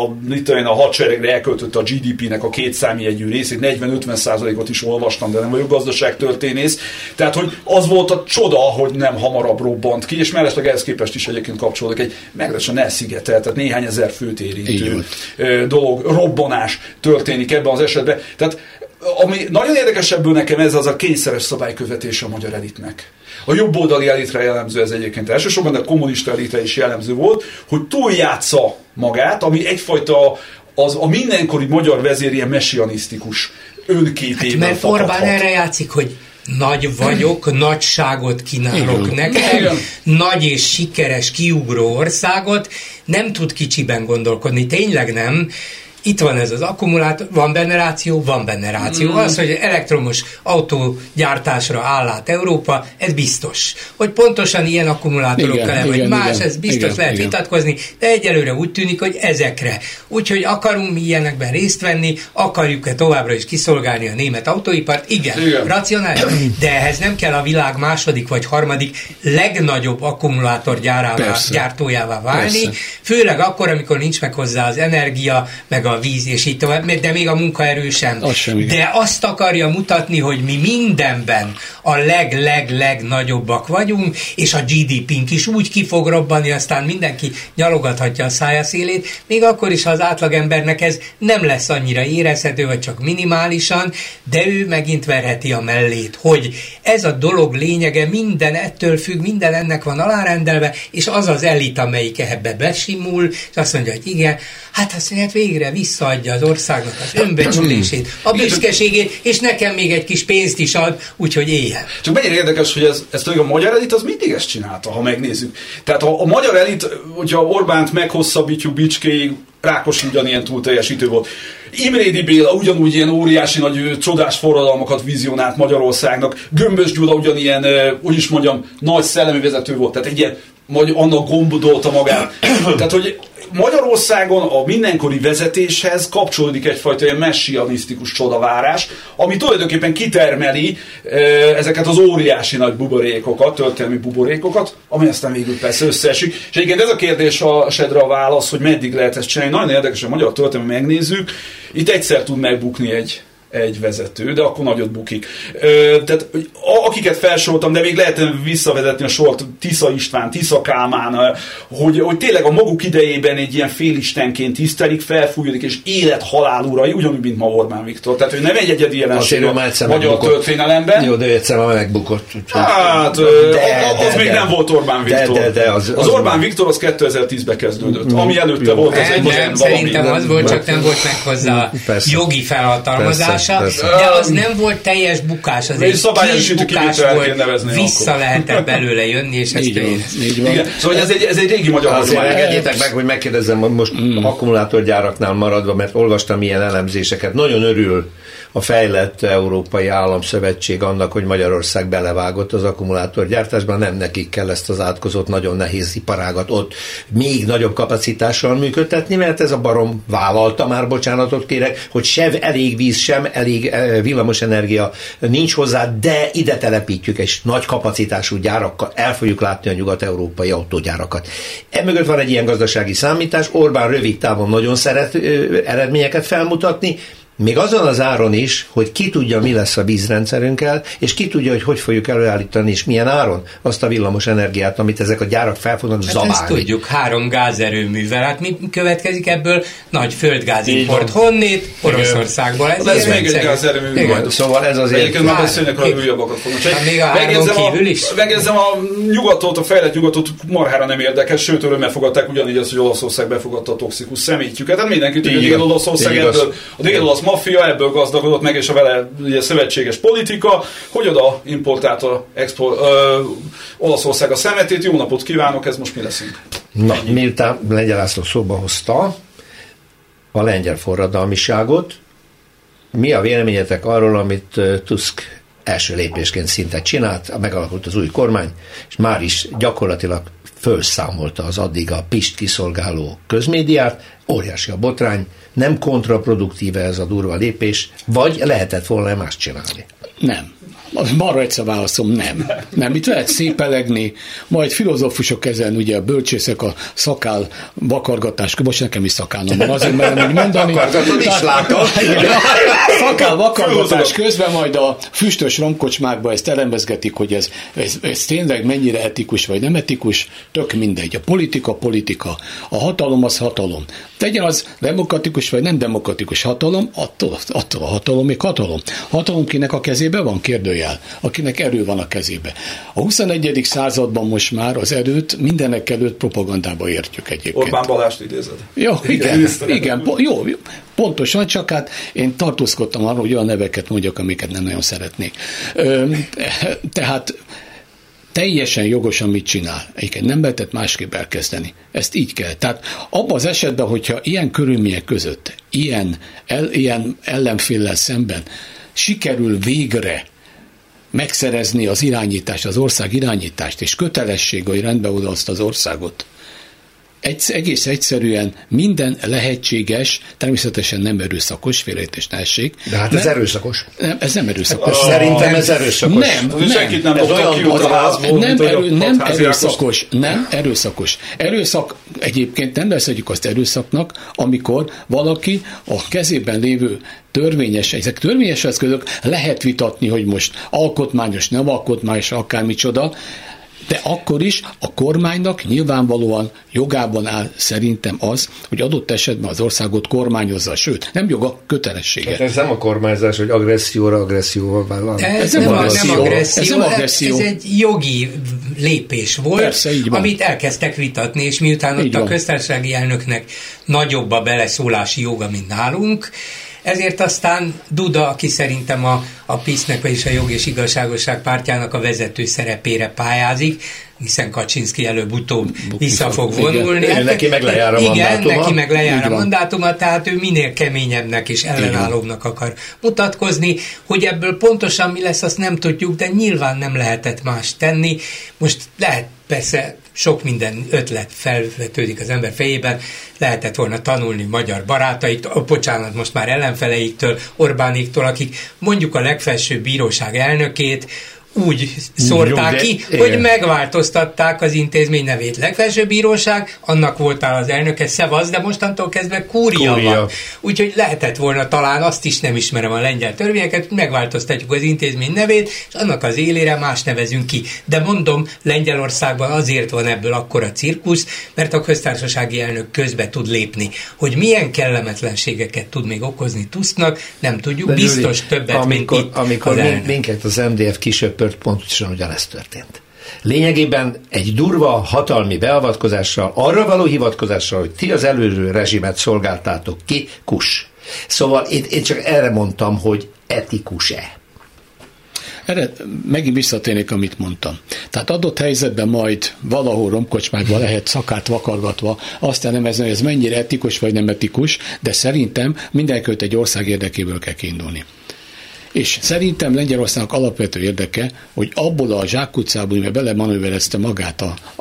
a hadseregre elköltötte a GDP-nek a kétszámjegyű részét, 40-50%-ot is olvastam, de nem vagyok gazdaságtörténész. Tehát, hogy az volt a csoda, hogy nem hamarabb robbant ki, és mellesleg ehhez képest is egyébként kapcsolódik egy meglehetősen elszigetelt, tehát néhány ezer főt érintő dolog, robbanás történik ebben az esetben. Tehát ami nagyon érdekes ebből nekem ez az a kényszeres szabálykövetés a magyar elitnek. A jobboldali elitre jellemző ez egyébként elsősorban, de a kommunista elitre is jellemző volt, hogy túljátsza magát, ami egyfajta a mindenkori magyar vezér ilyen messianisztikus önképében mert Orbán erre játszik, hogy nagy vagyok, nagyságot kínálok nektek, nagy és sikeres, kiugró országot, nem tud kicsiben gondolkodni, tényleg nem, itt van ez az akkumulátor, van benne ráció. Az, hogy elektromos autógyártásra áll át Európa, ez biztos. Hogy pontosan ilyen akkumulátorokkal, vagy más, ez biztos lehet vitatkozni, de egyelőre úgy tűnik, hogy ezekre. Úgyhogy akarunk mi ilyenekben részt venni, akarjuk-e továbbra is kiszolgálni a német autóipart? Igen. Racionális. De ehhez nem kell a világ második vagy harmadik legnagyobb akkumulátor gyártójává válni, főleg akkor, amikor nincs meg hozzá az energia, meg a víz, és így tovább, de még a munkaerő sem. De azt akarja mutatni, hogy mi mindenben a legnagyobbak vagyunk, és a GDP-nk is úgy ki fog robbanni, aztán mindenki nyalogathatja a szája szélét, még akkor is, ha az átlagembernek ez nem lesz annyira érezhető, vagy csak minimálisan, de ő megint verheti a mellét, hogy ez a dolog lényege, minden ettől függ, minden ennek van alárendelve, és az az elit, amelyik ebbe besimul, és azt mondja, hogy igen, hát azt mondja, végre visszaadja az országnak az önbecsülését, a büszkeségét, és nekem még egy kis pénzt is ad, úgyhogy éljen. Csak mennyire érdekes, hogy ez a magyar elit az mindig ezt csinálta, ha megnézzük. Tehát a magyar elit, hogyha Orbánt meghosszabbítjuk Bicskéig, Rákosi ugyanilyen túlteljesítő volt. Imrédi Béla ugyanúgy ilyen óriási nagy csodás forradalmakat vizionált Magyarországnak. Gömbös Gyula ugyanilyen, úgy is mondjam, nagy szellemi vezető volt. Tehát egy ilyen, annak gombodolta magát. Tehát, hogy Magyarországon a mindenkori vezetéshez kapcsolódik egyfajta ilyen messianisztikus csodavárás, ami tulajdonképpen kitermeli ezeket az óriási nagy buborékokat, történelmi buborékokat, ami aztán végül persze összeesik. És egyébként ez a kérdés a Sedre a válasz, hogy meddig lehet ezt csinálni. Nagyon érdekes, hogy a magyar történelmi megnézzük. Itt egyszer tud megbukni egy vezető, de akkor nagyot bukik. Tehát akiket felsoroltam, de még lehetne visszavezetni a sort, Tisza István, Tisza Kálmán, hogy tényleg a maguk idejében egy ilyen félistenként tisztelik, felfújódik, és élet-halál urai, ugyanúgy, mint ma Orbán Viktor. Tehát, hogy nem egy egyedi jelenség a magyar történelemben. Jó, de egyszer már megbukott. Hát, az még nem volt Orbán Viktor. Az Orbán Viktor az 2010-ben kezdődött. Ami előtte volt, az egy ilyen valami. Szerintem az volt, csak nem volt meg hozzá jogi felhatalmazás. De az nem volt teljes bukás, az egy kis bukás volt, vissza lehetett belőle jönni, és ezt igen. Szóval ez egy régi magyar hagyomány. Engedjétek meg, hogy megkérdezem most akkumulátorgyáraknál maradva, mert olvastam ilyen elemzéseket. Nagyon örül a fejlett Európai Államszövetség annak, hogy Magyarország belevágott az akkumulátorgyártásban, nem nekik kell ezt az átkozott, nagyon nehéz iparágat ott még nagyobb kapacitással működtetni, mert ez a barom vállalta már, bocsánatot kérek, hogy sem elég víz, sem elég villamosenergia nincs hozzá, de ide telepítjük, és nagy kapacitású gyárakkal el fogjuk látni a nyugat-európai autógyárakat. Emögött van egy ilyen gazdasági számítás, Orbán rövid távon nagyon szeret eredményeket felmutatni, még azon az áron is, hogy ki tudja, mi lesz a vízrendszerünkkel, és ki tudja, hogy fogjuk előállítani, és milyen áron azt a villamos energiát, amit ezek a gyárak fel fognak zabálni. Ezt tudjuk, 3 gázerőművel. Hát mi következik ebből? Nagy földgázimport. Honnét? Oroszországból. Ez még egy gázerőmű. Szóval ez azért... Egyébként már beszélnek rá, újabbakat fognak. Még a 3 kívül is? Megjegyzem, a nyugatot, a fejlett nyugatot marhára nem érdekes, sőt, örömmel fogadták ugyanígy azt, hogy Olaszország befogadta a toxikus szemétjüket. Hát mindenki tudja, hogy Dél-Olaszország ebből, a dél-olasz maffia ebből gazdagodott meg, és a vele ugye, szövetséges politika, hogy oda importálta Olaszország a szemetét. Jó napot kívánok, ez most mi leszünk? Na, miután Lengyel László szóba hozta a lengyel forradalmiságot, mi a véleményetek arról, amit Tusk első lépésként szinte csinált, megalakult az új kormány, és már is gyakorlatilag fölszámolta az addig a Pist kiszolgáló közmédiát, óriási a botrány, nem kontraproduktíve ez a durva lépés, vagy lehetett volna más csinálni? Nem. Marra egyszer válaszom, nem. Itt lehet szépelegni, majd filozófusok ezen, ugye a bölcsészek a szakál vakargatás, most nekem is szakálnom van, azért merem úgy mondani. Vakargatod is látod. Szakál vakargatás közben majd a füstös romkocsmákba ezt elemezgetik, hogy ez tényleg mennyire etikus vagy nem etikus, tök mindegy. A politika. A hatalom az hatalom. Tegyen az demokratikus vagy nem demokratikus hatalom, attól a hatalom még hatalom. Hatalom kinek a kezébe van? Kérdőjel. Akinek erő van a kezébe. A 21. században most már az erőt mindenek előtt propagandába értjük egyébként. Orbán Balást idézed. Jó, igen, jó, pontosan, csak hát én tartózkodtam arra, hogy olyan neveket mondjak, amiket nem nagyon szeretnék. Tehát teljesen jogos, amit csinál. Egyébként nem lehetett másképp elkezdeni. Ezt így kell. Tehát abban az esetben, hogyha ilyen körülmények között, ilyen ellenféllel szemben sikerül végre megszerezni az irányítást, az ország irányítást, és kötelesség, hogy rendbe oda azt az országot, egész egyszerűen minden lehetséges, természetesen nem erőszakos, félreértés ne essék. De hát ez erőszakos. Nem, ez nem erőszakos. Szerintem ez erőszakos. Senkit nem dobtak ki a házból. Nem erőszakos. Nem erőszakos. Erőszak egyébként nem veszedjük azt erőszaknak, amikor valaki a kezében lévő ezek törvényes eszközök, lehet vitatni, hogy most alkotmányos, nem alkotmányos, akármicsoda, de akkor is a kormánynak nyilvánvalóan jogában áll szerintem az, hogy adott esetben az országot kormányozza, sőt, nem joga, kötelessége. Hát ez nem a kormányzás, hogy agresszióval vállal. Ez nem agresszió. Ez egy jogi lépés volt, persze, amit elkezdtek vitatni, és miután ott a köztársasági elnöknek nagyobb a beleszólási joga, mint nálunk, ezért aztán Duda, aki szerintem a PiS-nek, vagyis a Jog és Igazságosság pártjának a vezető szerepére pályázik, hiszen Kaczynszki előbb-utóbb vissza fog vonulni. Igen, neki meg lejár a mandátuma. Igen, neki meg lejár a mandátuma, tehát ő minél keményebbnek és ellenállóbbnak akar mutatkozni. Hogy ebből pontosan mi lesz, azt nem tudjuk, de nyilván nem lehetett más tenni. Most lehet persze sok minden ötlet felvetődik az ember fejében, lehetett volna tanulni magyar barátaiktól, bocsánat, most már ellenfeleiktől, Orbánéktól, akik mondjuk a legfelsőbb bíróság elnökét úgy szórták ki, hogy megváltoztatták az intézmény nevét. Legfelsőbb bíróság, annak voltál az elnöke, szevasz, de mostantól kezdve kúria van. Úgyhogy lehetett volna talán, azt is nem ismerem a lengyel törvényeket, megváltoztatjuk az intézmény nevét, és annak az élére más nevezünk ki. De mondom, Lengyelországban azért van ebből akkora cirkusz, mert a köztársasági elnök közbe tud lépni. Hogy milyen kellemetlenségeket tud még okozni Tusknak, nem tudjuk, biztos többet, mint itt amikor minket az MDF kisöpört, pontosan ugyanezt történt. Lényegében egy durva hatalmi beavatkozással, arra való hivatkozással, hogy ti az előző rezsimet szolgáltátok ki, kus. Szóval én csak erre mondtam, hogy etikus-e. Erre megint visszatérnék, amit mondtam. Tehát adott helyzetben majd valahol romkocsmákban lehet szakát vakargatva, aztán nevezni, hogy ez mennyire etikus vagy nem etikus, de szerintem mindenkit egy ország érdekéből kell kiindulni. És szerintem Lengyelországnak alapvető érdeke, hogy abból a zsákutcából, mert belemanőverezte magát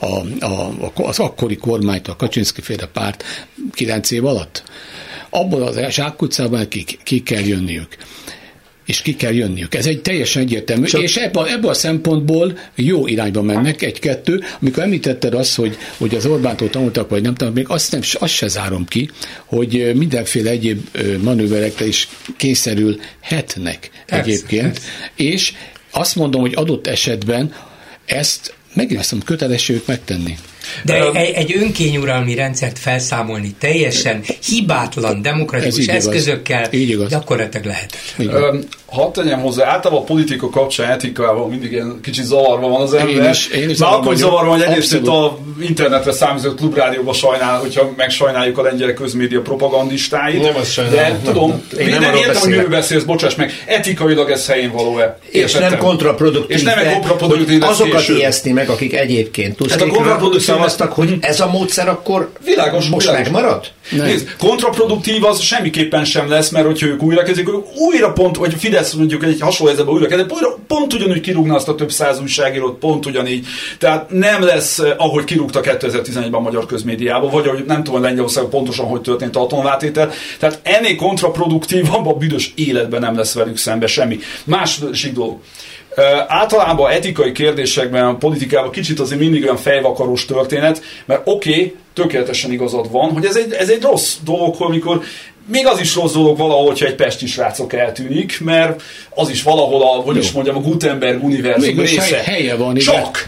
az akkori kormányt, a Kaczynszki-féle párt 9 év alatt, abból a zsákutcában ki kell jönniük. És ki kell jönniük. Ez egy teljesen egyértelmű, és ebből a szempontból jó irányba mennek, egy-kettő. Amikor említetted azt, hogy az Orbántól tanultak, vagy nem tanultak, még azt se zárom ki, hogy mindenféle egyéb manőverekre is kényszerülhetnek egyébként. És azt mondom, hogy adott esetben ezt megint azt mondom, kötelességük megtenni. De egy önkényuralmi rendszert felszámolni teljesen hibátlan, demokratikus eszközökkel gyakorlatilag lehetett. Hadd tegyem hozzá, általában a politika kapcsán etikával mindig ilyen kicsit zavarban van az ember. Én is akkor zavarban, hogy egyrészt itt a internetre számított klubrádióban sajnál, hogyha megsajnáljuk a lengyel közmédia propagandistáit. Nem azt sajnálom. De tudom, minden értem, hogy miről beszélsz, bocsáss meg, etikailag ez helyén való-e. És nem kontraproduktív. És nem kontraproduktív. Azokat ijesztni meg, akik egyébként szavaztak, hogy ez a módszer akkor most megmarad? Nézd, kontraproduktív az semmiképpen sem lesz, mert hogyha ők újra kezdik, újra pont, vagy Fidesz mondjuk egy hasonló helyzetben újra kezdik, pont ugyanúgy kirúgna azt a több száz újságírót, pont ugyanígy. Tehát nem lesz, ahogy kirúgta 2011-ben a magyar közmédiában, vagy ahogy nem tudom, Lengyelországban pontosan, hogy történt a hatalomátvétel. Tehát ennél kontraproduktívabb a büdös életben nem lesz velük szembe semmi. Másik dolog. Általában etikai kérdésekben, a politikában kicsit azért mindig olyan fejvakarós történet, mert oké, tökéletesen igazad van, hogy ez egy rossz dolog, amikor még az is rossz dolog valahol, hogyha egy pesti srácok eltűnik, mert az is valahol a Gutenberg univerzum része. Helye van, csak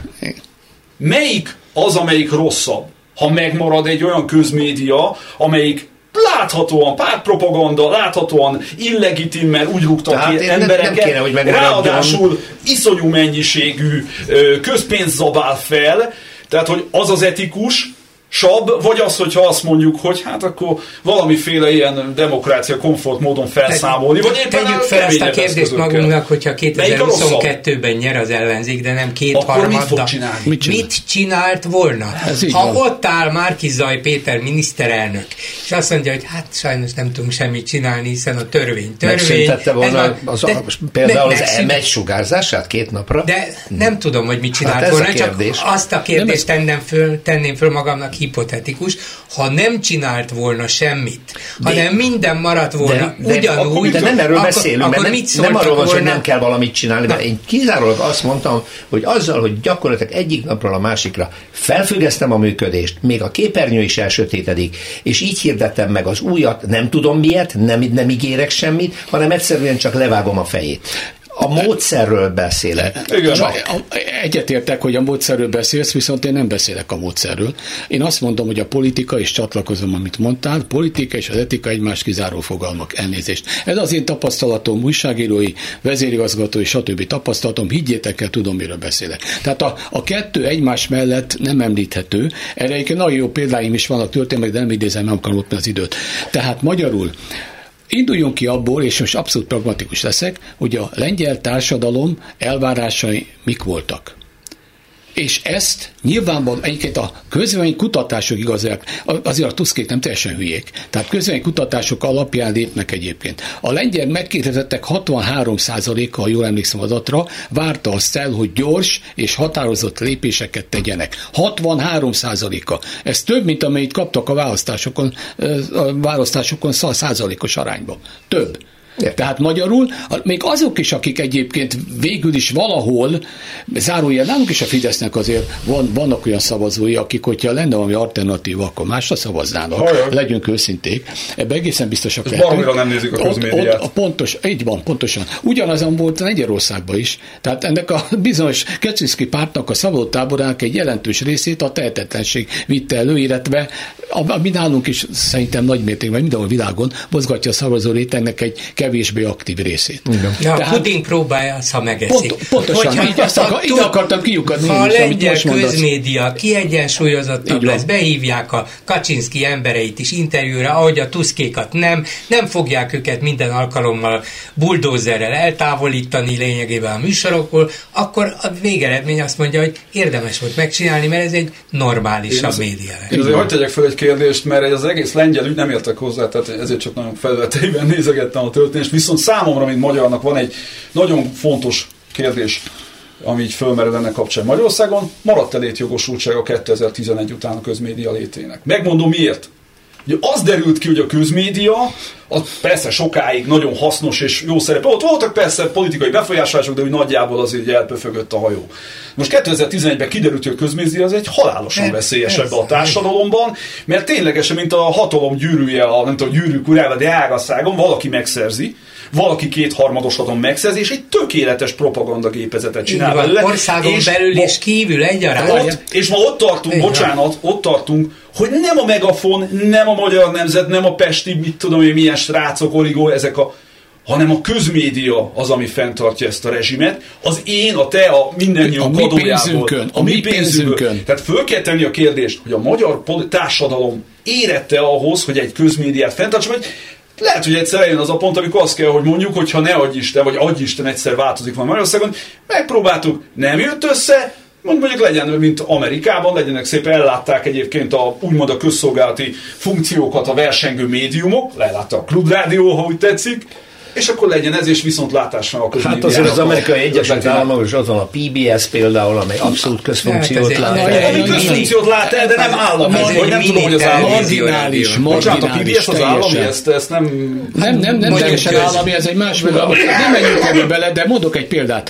melyik az, amelyik rosszabb? Ha megmarad egy olyan közmédia, amelyik láthatóan pártpropaganda, láthatóan illegitim, mert úgy rúgtak ki embereket, ráadásul iszonyú mennyiségű közpénz zabál fel, tehát hogy az etikus, vagy az, hogyha azt mondjuk, hogy hát akkor valamiféle ilyen demokrácia komfort módon felszámolni, vagy éppen tegyük fel ezt a kérdést magunknak, hogyha 2022-ben nyer az ellenzék, de nem kétharmaddal. Mit csinált volna? Ha ott áll Márki-Zay Péter miniszterelnök, és azt mondja, hogy hát sajnos nem tudunk semmit csinálni, hiszen a törvény. Megszüntette volna például az M1 sugárzását 2 napra? De nem tudom, hogy mit csinált volna, csak azt a kérdést tenném föl magamnak hipotetikus, ha nem csinált volna semmit, hanem minden maradt volna ugyanúgy, de nem erről beszélünk, akkor nem arról van, hogy nem kell valamit csinálni, mert én kizárólag azt mondtam, hogy azzal, hogy gyakorlatilag egyik napról a másikra felfüggesztem a működést, még a képernyő is elsötétedik, és így hirdettem meg az újat, nem tudom miért, nem ígérek semmit, hanem egyszerűen csak levágom a fejét. A módszerről beszélek. Egyetértek, hogy a módszerről beszélsz, viszont én nem beszélek a módszerről. Én azt mondom, hogy a politika, és csatlakozom, amit mondtál, politika és az etika egymás kizáró fogalmak, elnézést. Ez az én tapasztalatom, újságírói, vezérigazgatói, stb. Tapasztalatom, higgyétek el, tudom, miről beszélek. Tehát a kettő egymás mellett nem említhető. Erre egyébként nagyon jó példáim is vannak, történnek, de nem idézem, nem akarom ott az időt. Tehát magyarul induljunk ki abból, és most abszolút pragmatikus leszek, hogy a lengyel társadalom elvárásai mik voltak. És ezt nyilvánvalóan egyébként a közvéleménykutatások igazolják, azért a tuszkék nem teljesen hülyék. Tehát közvéleménykutatások alapján lépnek egyébként. A lengyel megkérdezettek 63%-a, ha jól emlékszem az adatra, várta azt el, hogy gyors és határozott lépéseket tegyenek. 63%-a. Ez több, mint amennyit kaptak a választásokon 100%-os arányban. Több. Tehát magyarul, még azok is, akik egyébként végül is valahol, zárójel nálunk is a Fidesznek azért vannak olyan szavazói, akik, hogyha lenne valami alternatíva, akkor másra szavaznának. Legyünk őszinték. Ebben egészen biztosak lehetünk. Baromira nem nézik a közmédiát. Így van, pontosan. Ugyanazon volt Lengyelországban is. Tehát ennek a bizonyos Kaczynszki pártnak a szavazótáborának egy jelentős részét a tehetetlenség vitte elő, illetve ami nálunk is szerintem nagy mértékben, vagy mindenhol világon mozgatja a szavazó rétegnek egy kevésbé aktív részét. A puding próbálja, ha megeszik. Pontosan, így akartam kiukadni. Ha a lengyel közmédia kiegyensúlyozottabb lesz, behívják a Kaczynszki embereit is interjúra, ahogy a tuszkékat nem fogják őket minden alkalommal buldózerrel eltávolítani lényegében a műsorokból, akkor a végeredmény azt mondja, hogy érdemes volt megcsinálni, mert ez egy normálisabb média. Én azért hagyd tegyek fel egy kérdést, mert az egész lengyel ügy nem értek hozzá, tehát ezért csak nagyon felületeiben nézegettem a történést, viszont számomra, mint magyarnak van egy nagyon fontos kérdés, ami így fölmerül ennek kapcsán. Magyarországon maradt-e létjogosultsága 2011 után a közmédia létének? Megmondom miért. Ugye az derült ki, hogy a közmédia, persze sokáig nagyon hasznos és jó szerepe. Ott voltak persze politikai befolyásolások, de úgy nagyjából azért elpöfögött a hajó. Most 2011-ben kiderült, hogy a közmédia az egy halálosan veszélyes ebbe a társadalomban, mert ténylegesen, mint a hatalom gyűrűje, nem tudom, gyűrűk urával, de ágasszágon valaki megszerzi, valaki kétharmadosodon megszerzi, és egy tökéletes propagandagépezetet csinál belőle. Országon belül és kívül egyaránt. És ma ott tartunk, ott tartunk, hogy nem a Megafon, nem a Magyar Nemzet, nem a pesti, mit tudom én, milyen srácok, origó, hanem a közmédia az, ami fenntartja ezt a rezsimet, az én, a te, a mindennyiunk adójából. A mi pénzünkön. Tehát föl kell tenni a kérdést, hogy a magyar társadalom érette ahhoz, hogy egy közmédiát fenntartsa, vagy lehet, hogy egyszer eljön az a pont, amikor azt kell, hogy mondjuk, hogyha ne adj Isten, vagy adj Isten egyszer változik van Magyarországon, megpróbáltuk, nem jött össze, mondjuk legyen, mint Amerikában, legyenek szépen, ellátták egyébként úgymond a közszolgálati funkciókat a versengő médiumok, lelátta a Klubrádió, ha úgy tetszik, és akkor legyen ez, és viszontlátásra a közmédiának. Hát azért az Amerikai Egyesült Államok, és ott van a PBS például, amely abszolút közfunkciót lát el. Közfunkciót lát el, de nem állami, vagy nem tudom, hogy az állami. Marginális. Bocsánat, a PBS az állami, ezt nem... Nem teljesen állami, ez egy más program. Nem menjünk ebbe bele, de mondok egy példát.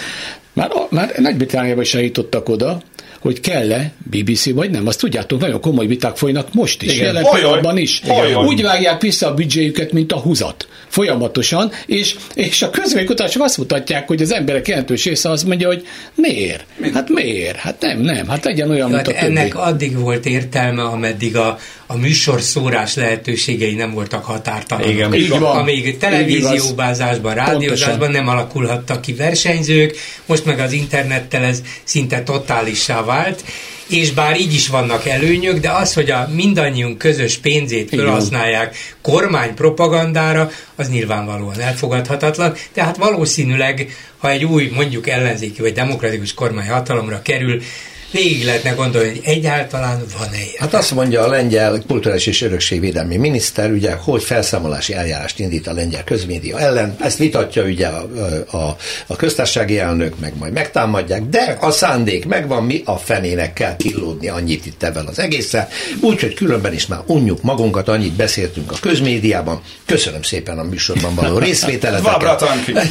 Már Nagy-Britanniában is eljutottak oda, hogy kell-e BBC vagy nem. Azt tudjátok, nagyon komoly viták folynak most is. Jelen pillanatban is. Úgy vágják vissza a büdzséjüket, mint a húzat. Folyamatosan, és a közvéleménykutatások azt mutatják, hogy az emberek jelentős része azt mondja, hogy miért? Hát miért? Hát nem. Hát legyen olyan, mint a többi. Ennek addig volt értelme, ameddig a műsorszórás lehetőségei nem voltak határtalanok. Igen, amíg televízióbázásban, rádiózásban nem alakulhattak ki versenyzők, most meg az internettel ez szinte totálissá vált, és bár így is vannak előnyök, de az, hogy a mindannyiunk közös pénzét felhasználják kormánypropagandára, az nyilvánvalóan elfogadhatatlan. Tehát valószínűleg, ha egy új, mondjuk ellenzéki vagy demokratikus kormány hatalomra kerül, végig lehetne gondolni, hogy egyáltalán van-e ilyen. Hát azt mondja a lengyel kulturális és örökségvédelmi miniszter, ugye, hogy felszámolási eljárást indít a lengyel közmédia ellen. Ezt vitatja ugye a köztársasági elnök, meg majd megtámadják, de a szándék megvan, mi a fenének kell kilódni, annyit itt ebben az egészen. Úgyhogy különben is már unjuk magunkat, annyit beszéltünk a közmédiában. Köszönöm szépen a műsorban való részvételeteket.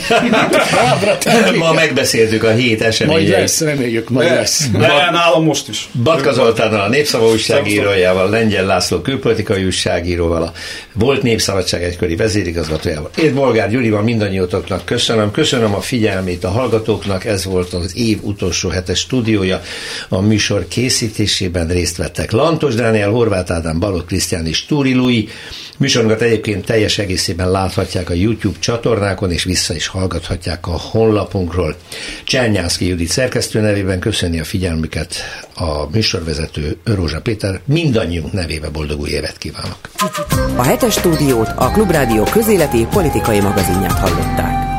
Ma megbeszéltük a hét eseményeit. Majd lesz, reméljük, majd lesz. Nálam most is. Batka Zoltánnal, a Népszava újságírójával, Lengyel László külpolitikai újságíróval, a volt Népszabadság egykori vezérigazgatójával, és Bolgár Gyurival mindannyiótoknak köszönöm a figyelmét a hallgatóknak, ez volt az év utolsó hetes stúdiója, a műsor készítésében részt vettek Lantos Dániel, Horváth Ádám, Balogh Krisztián és Túri Lui. Műsorunkat egyébként teljes egészében láthatják a YouTube csatornákon, és vissza is hallgathatják a honlapunkról. Csernyánszky Judit szerkesztő nevében köszöni a figyelmüket a műsorvezető Rózsa Péter. Mindannyiunk nevében boldog új évet kívánok! A hetes stúdiót a Klubrádió közéleti politikai magazinját hallották.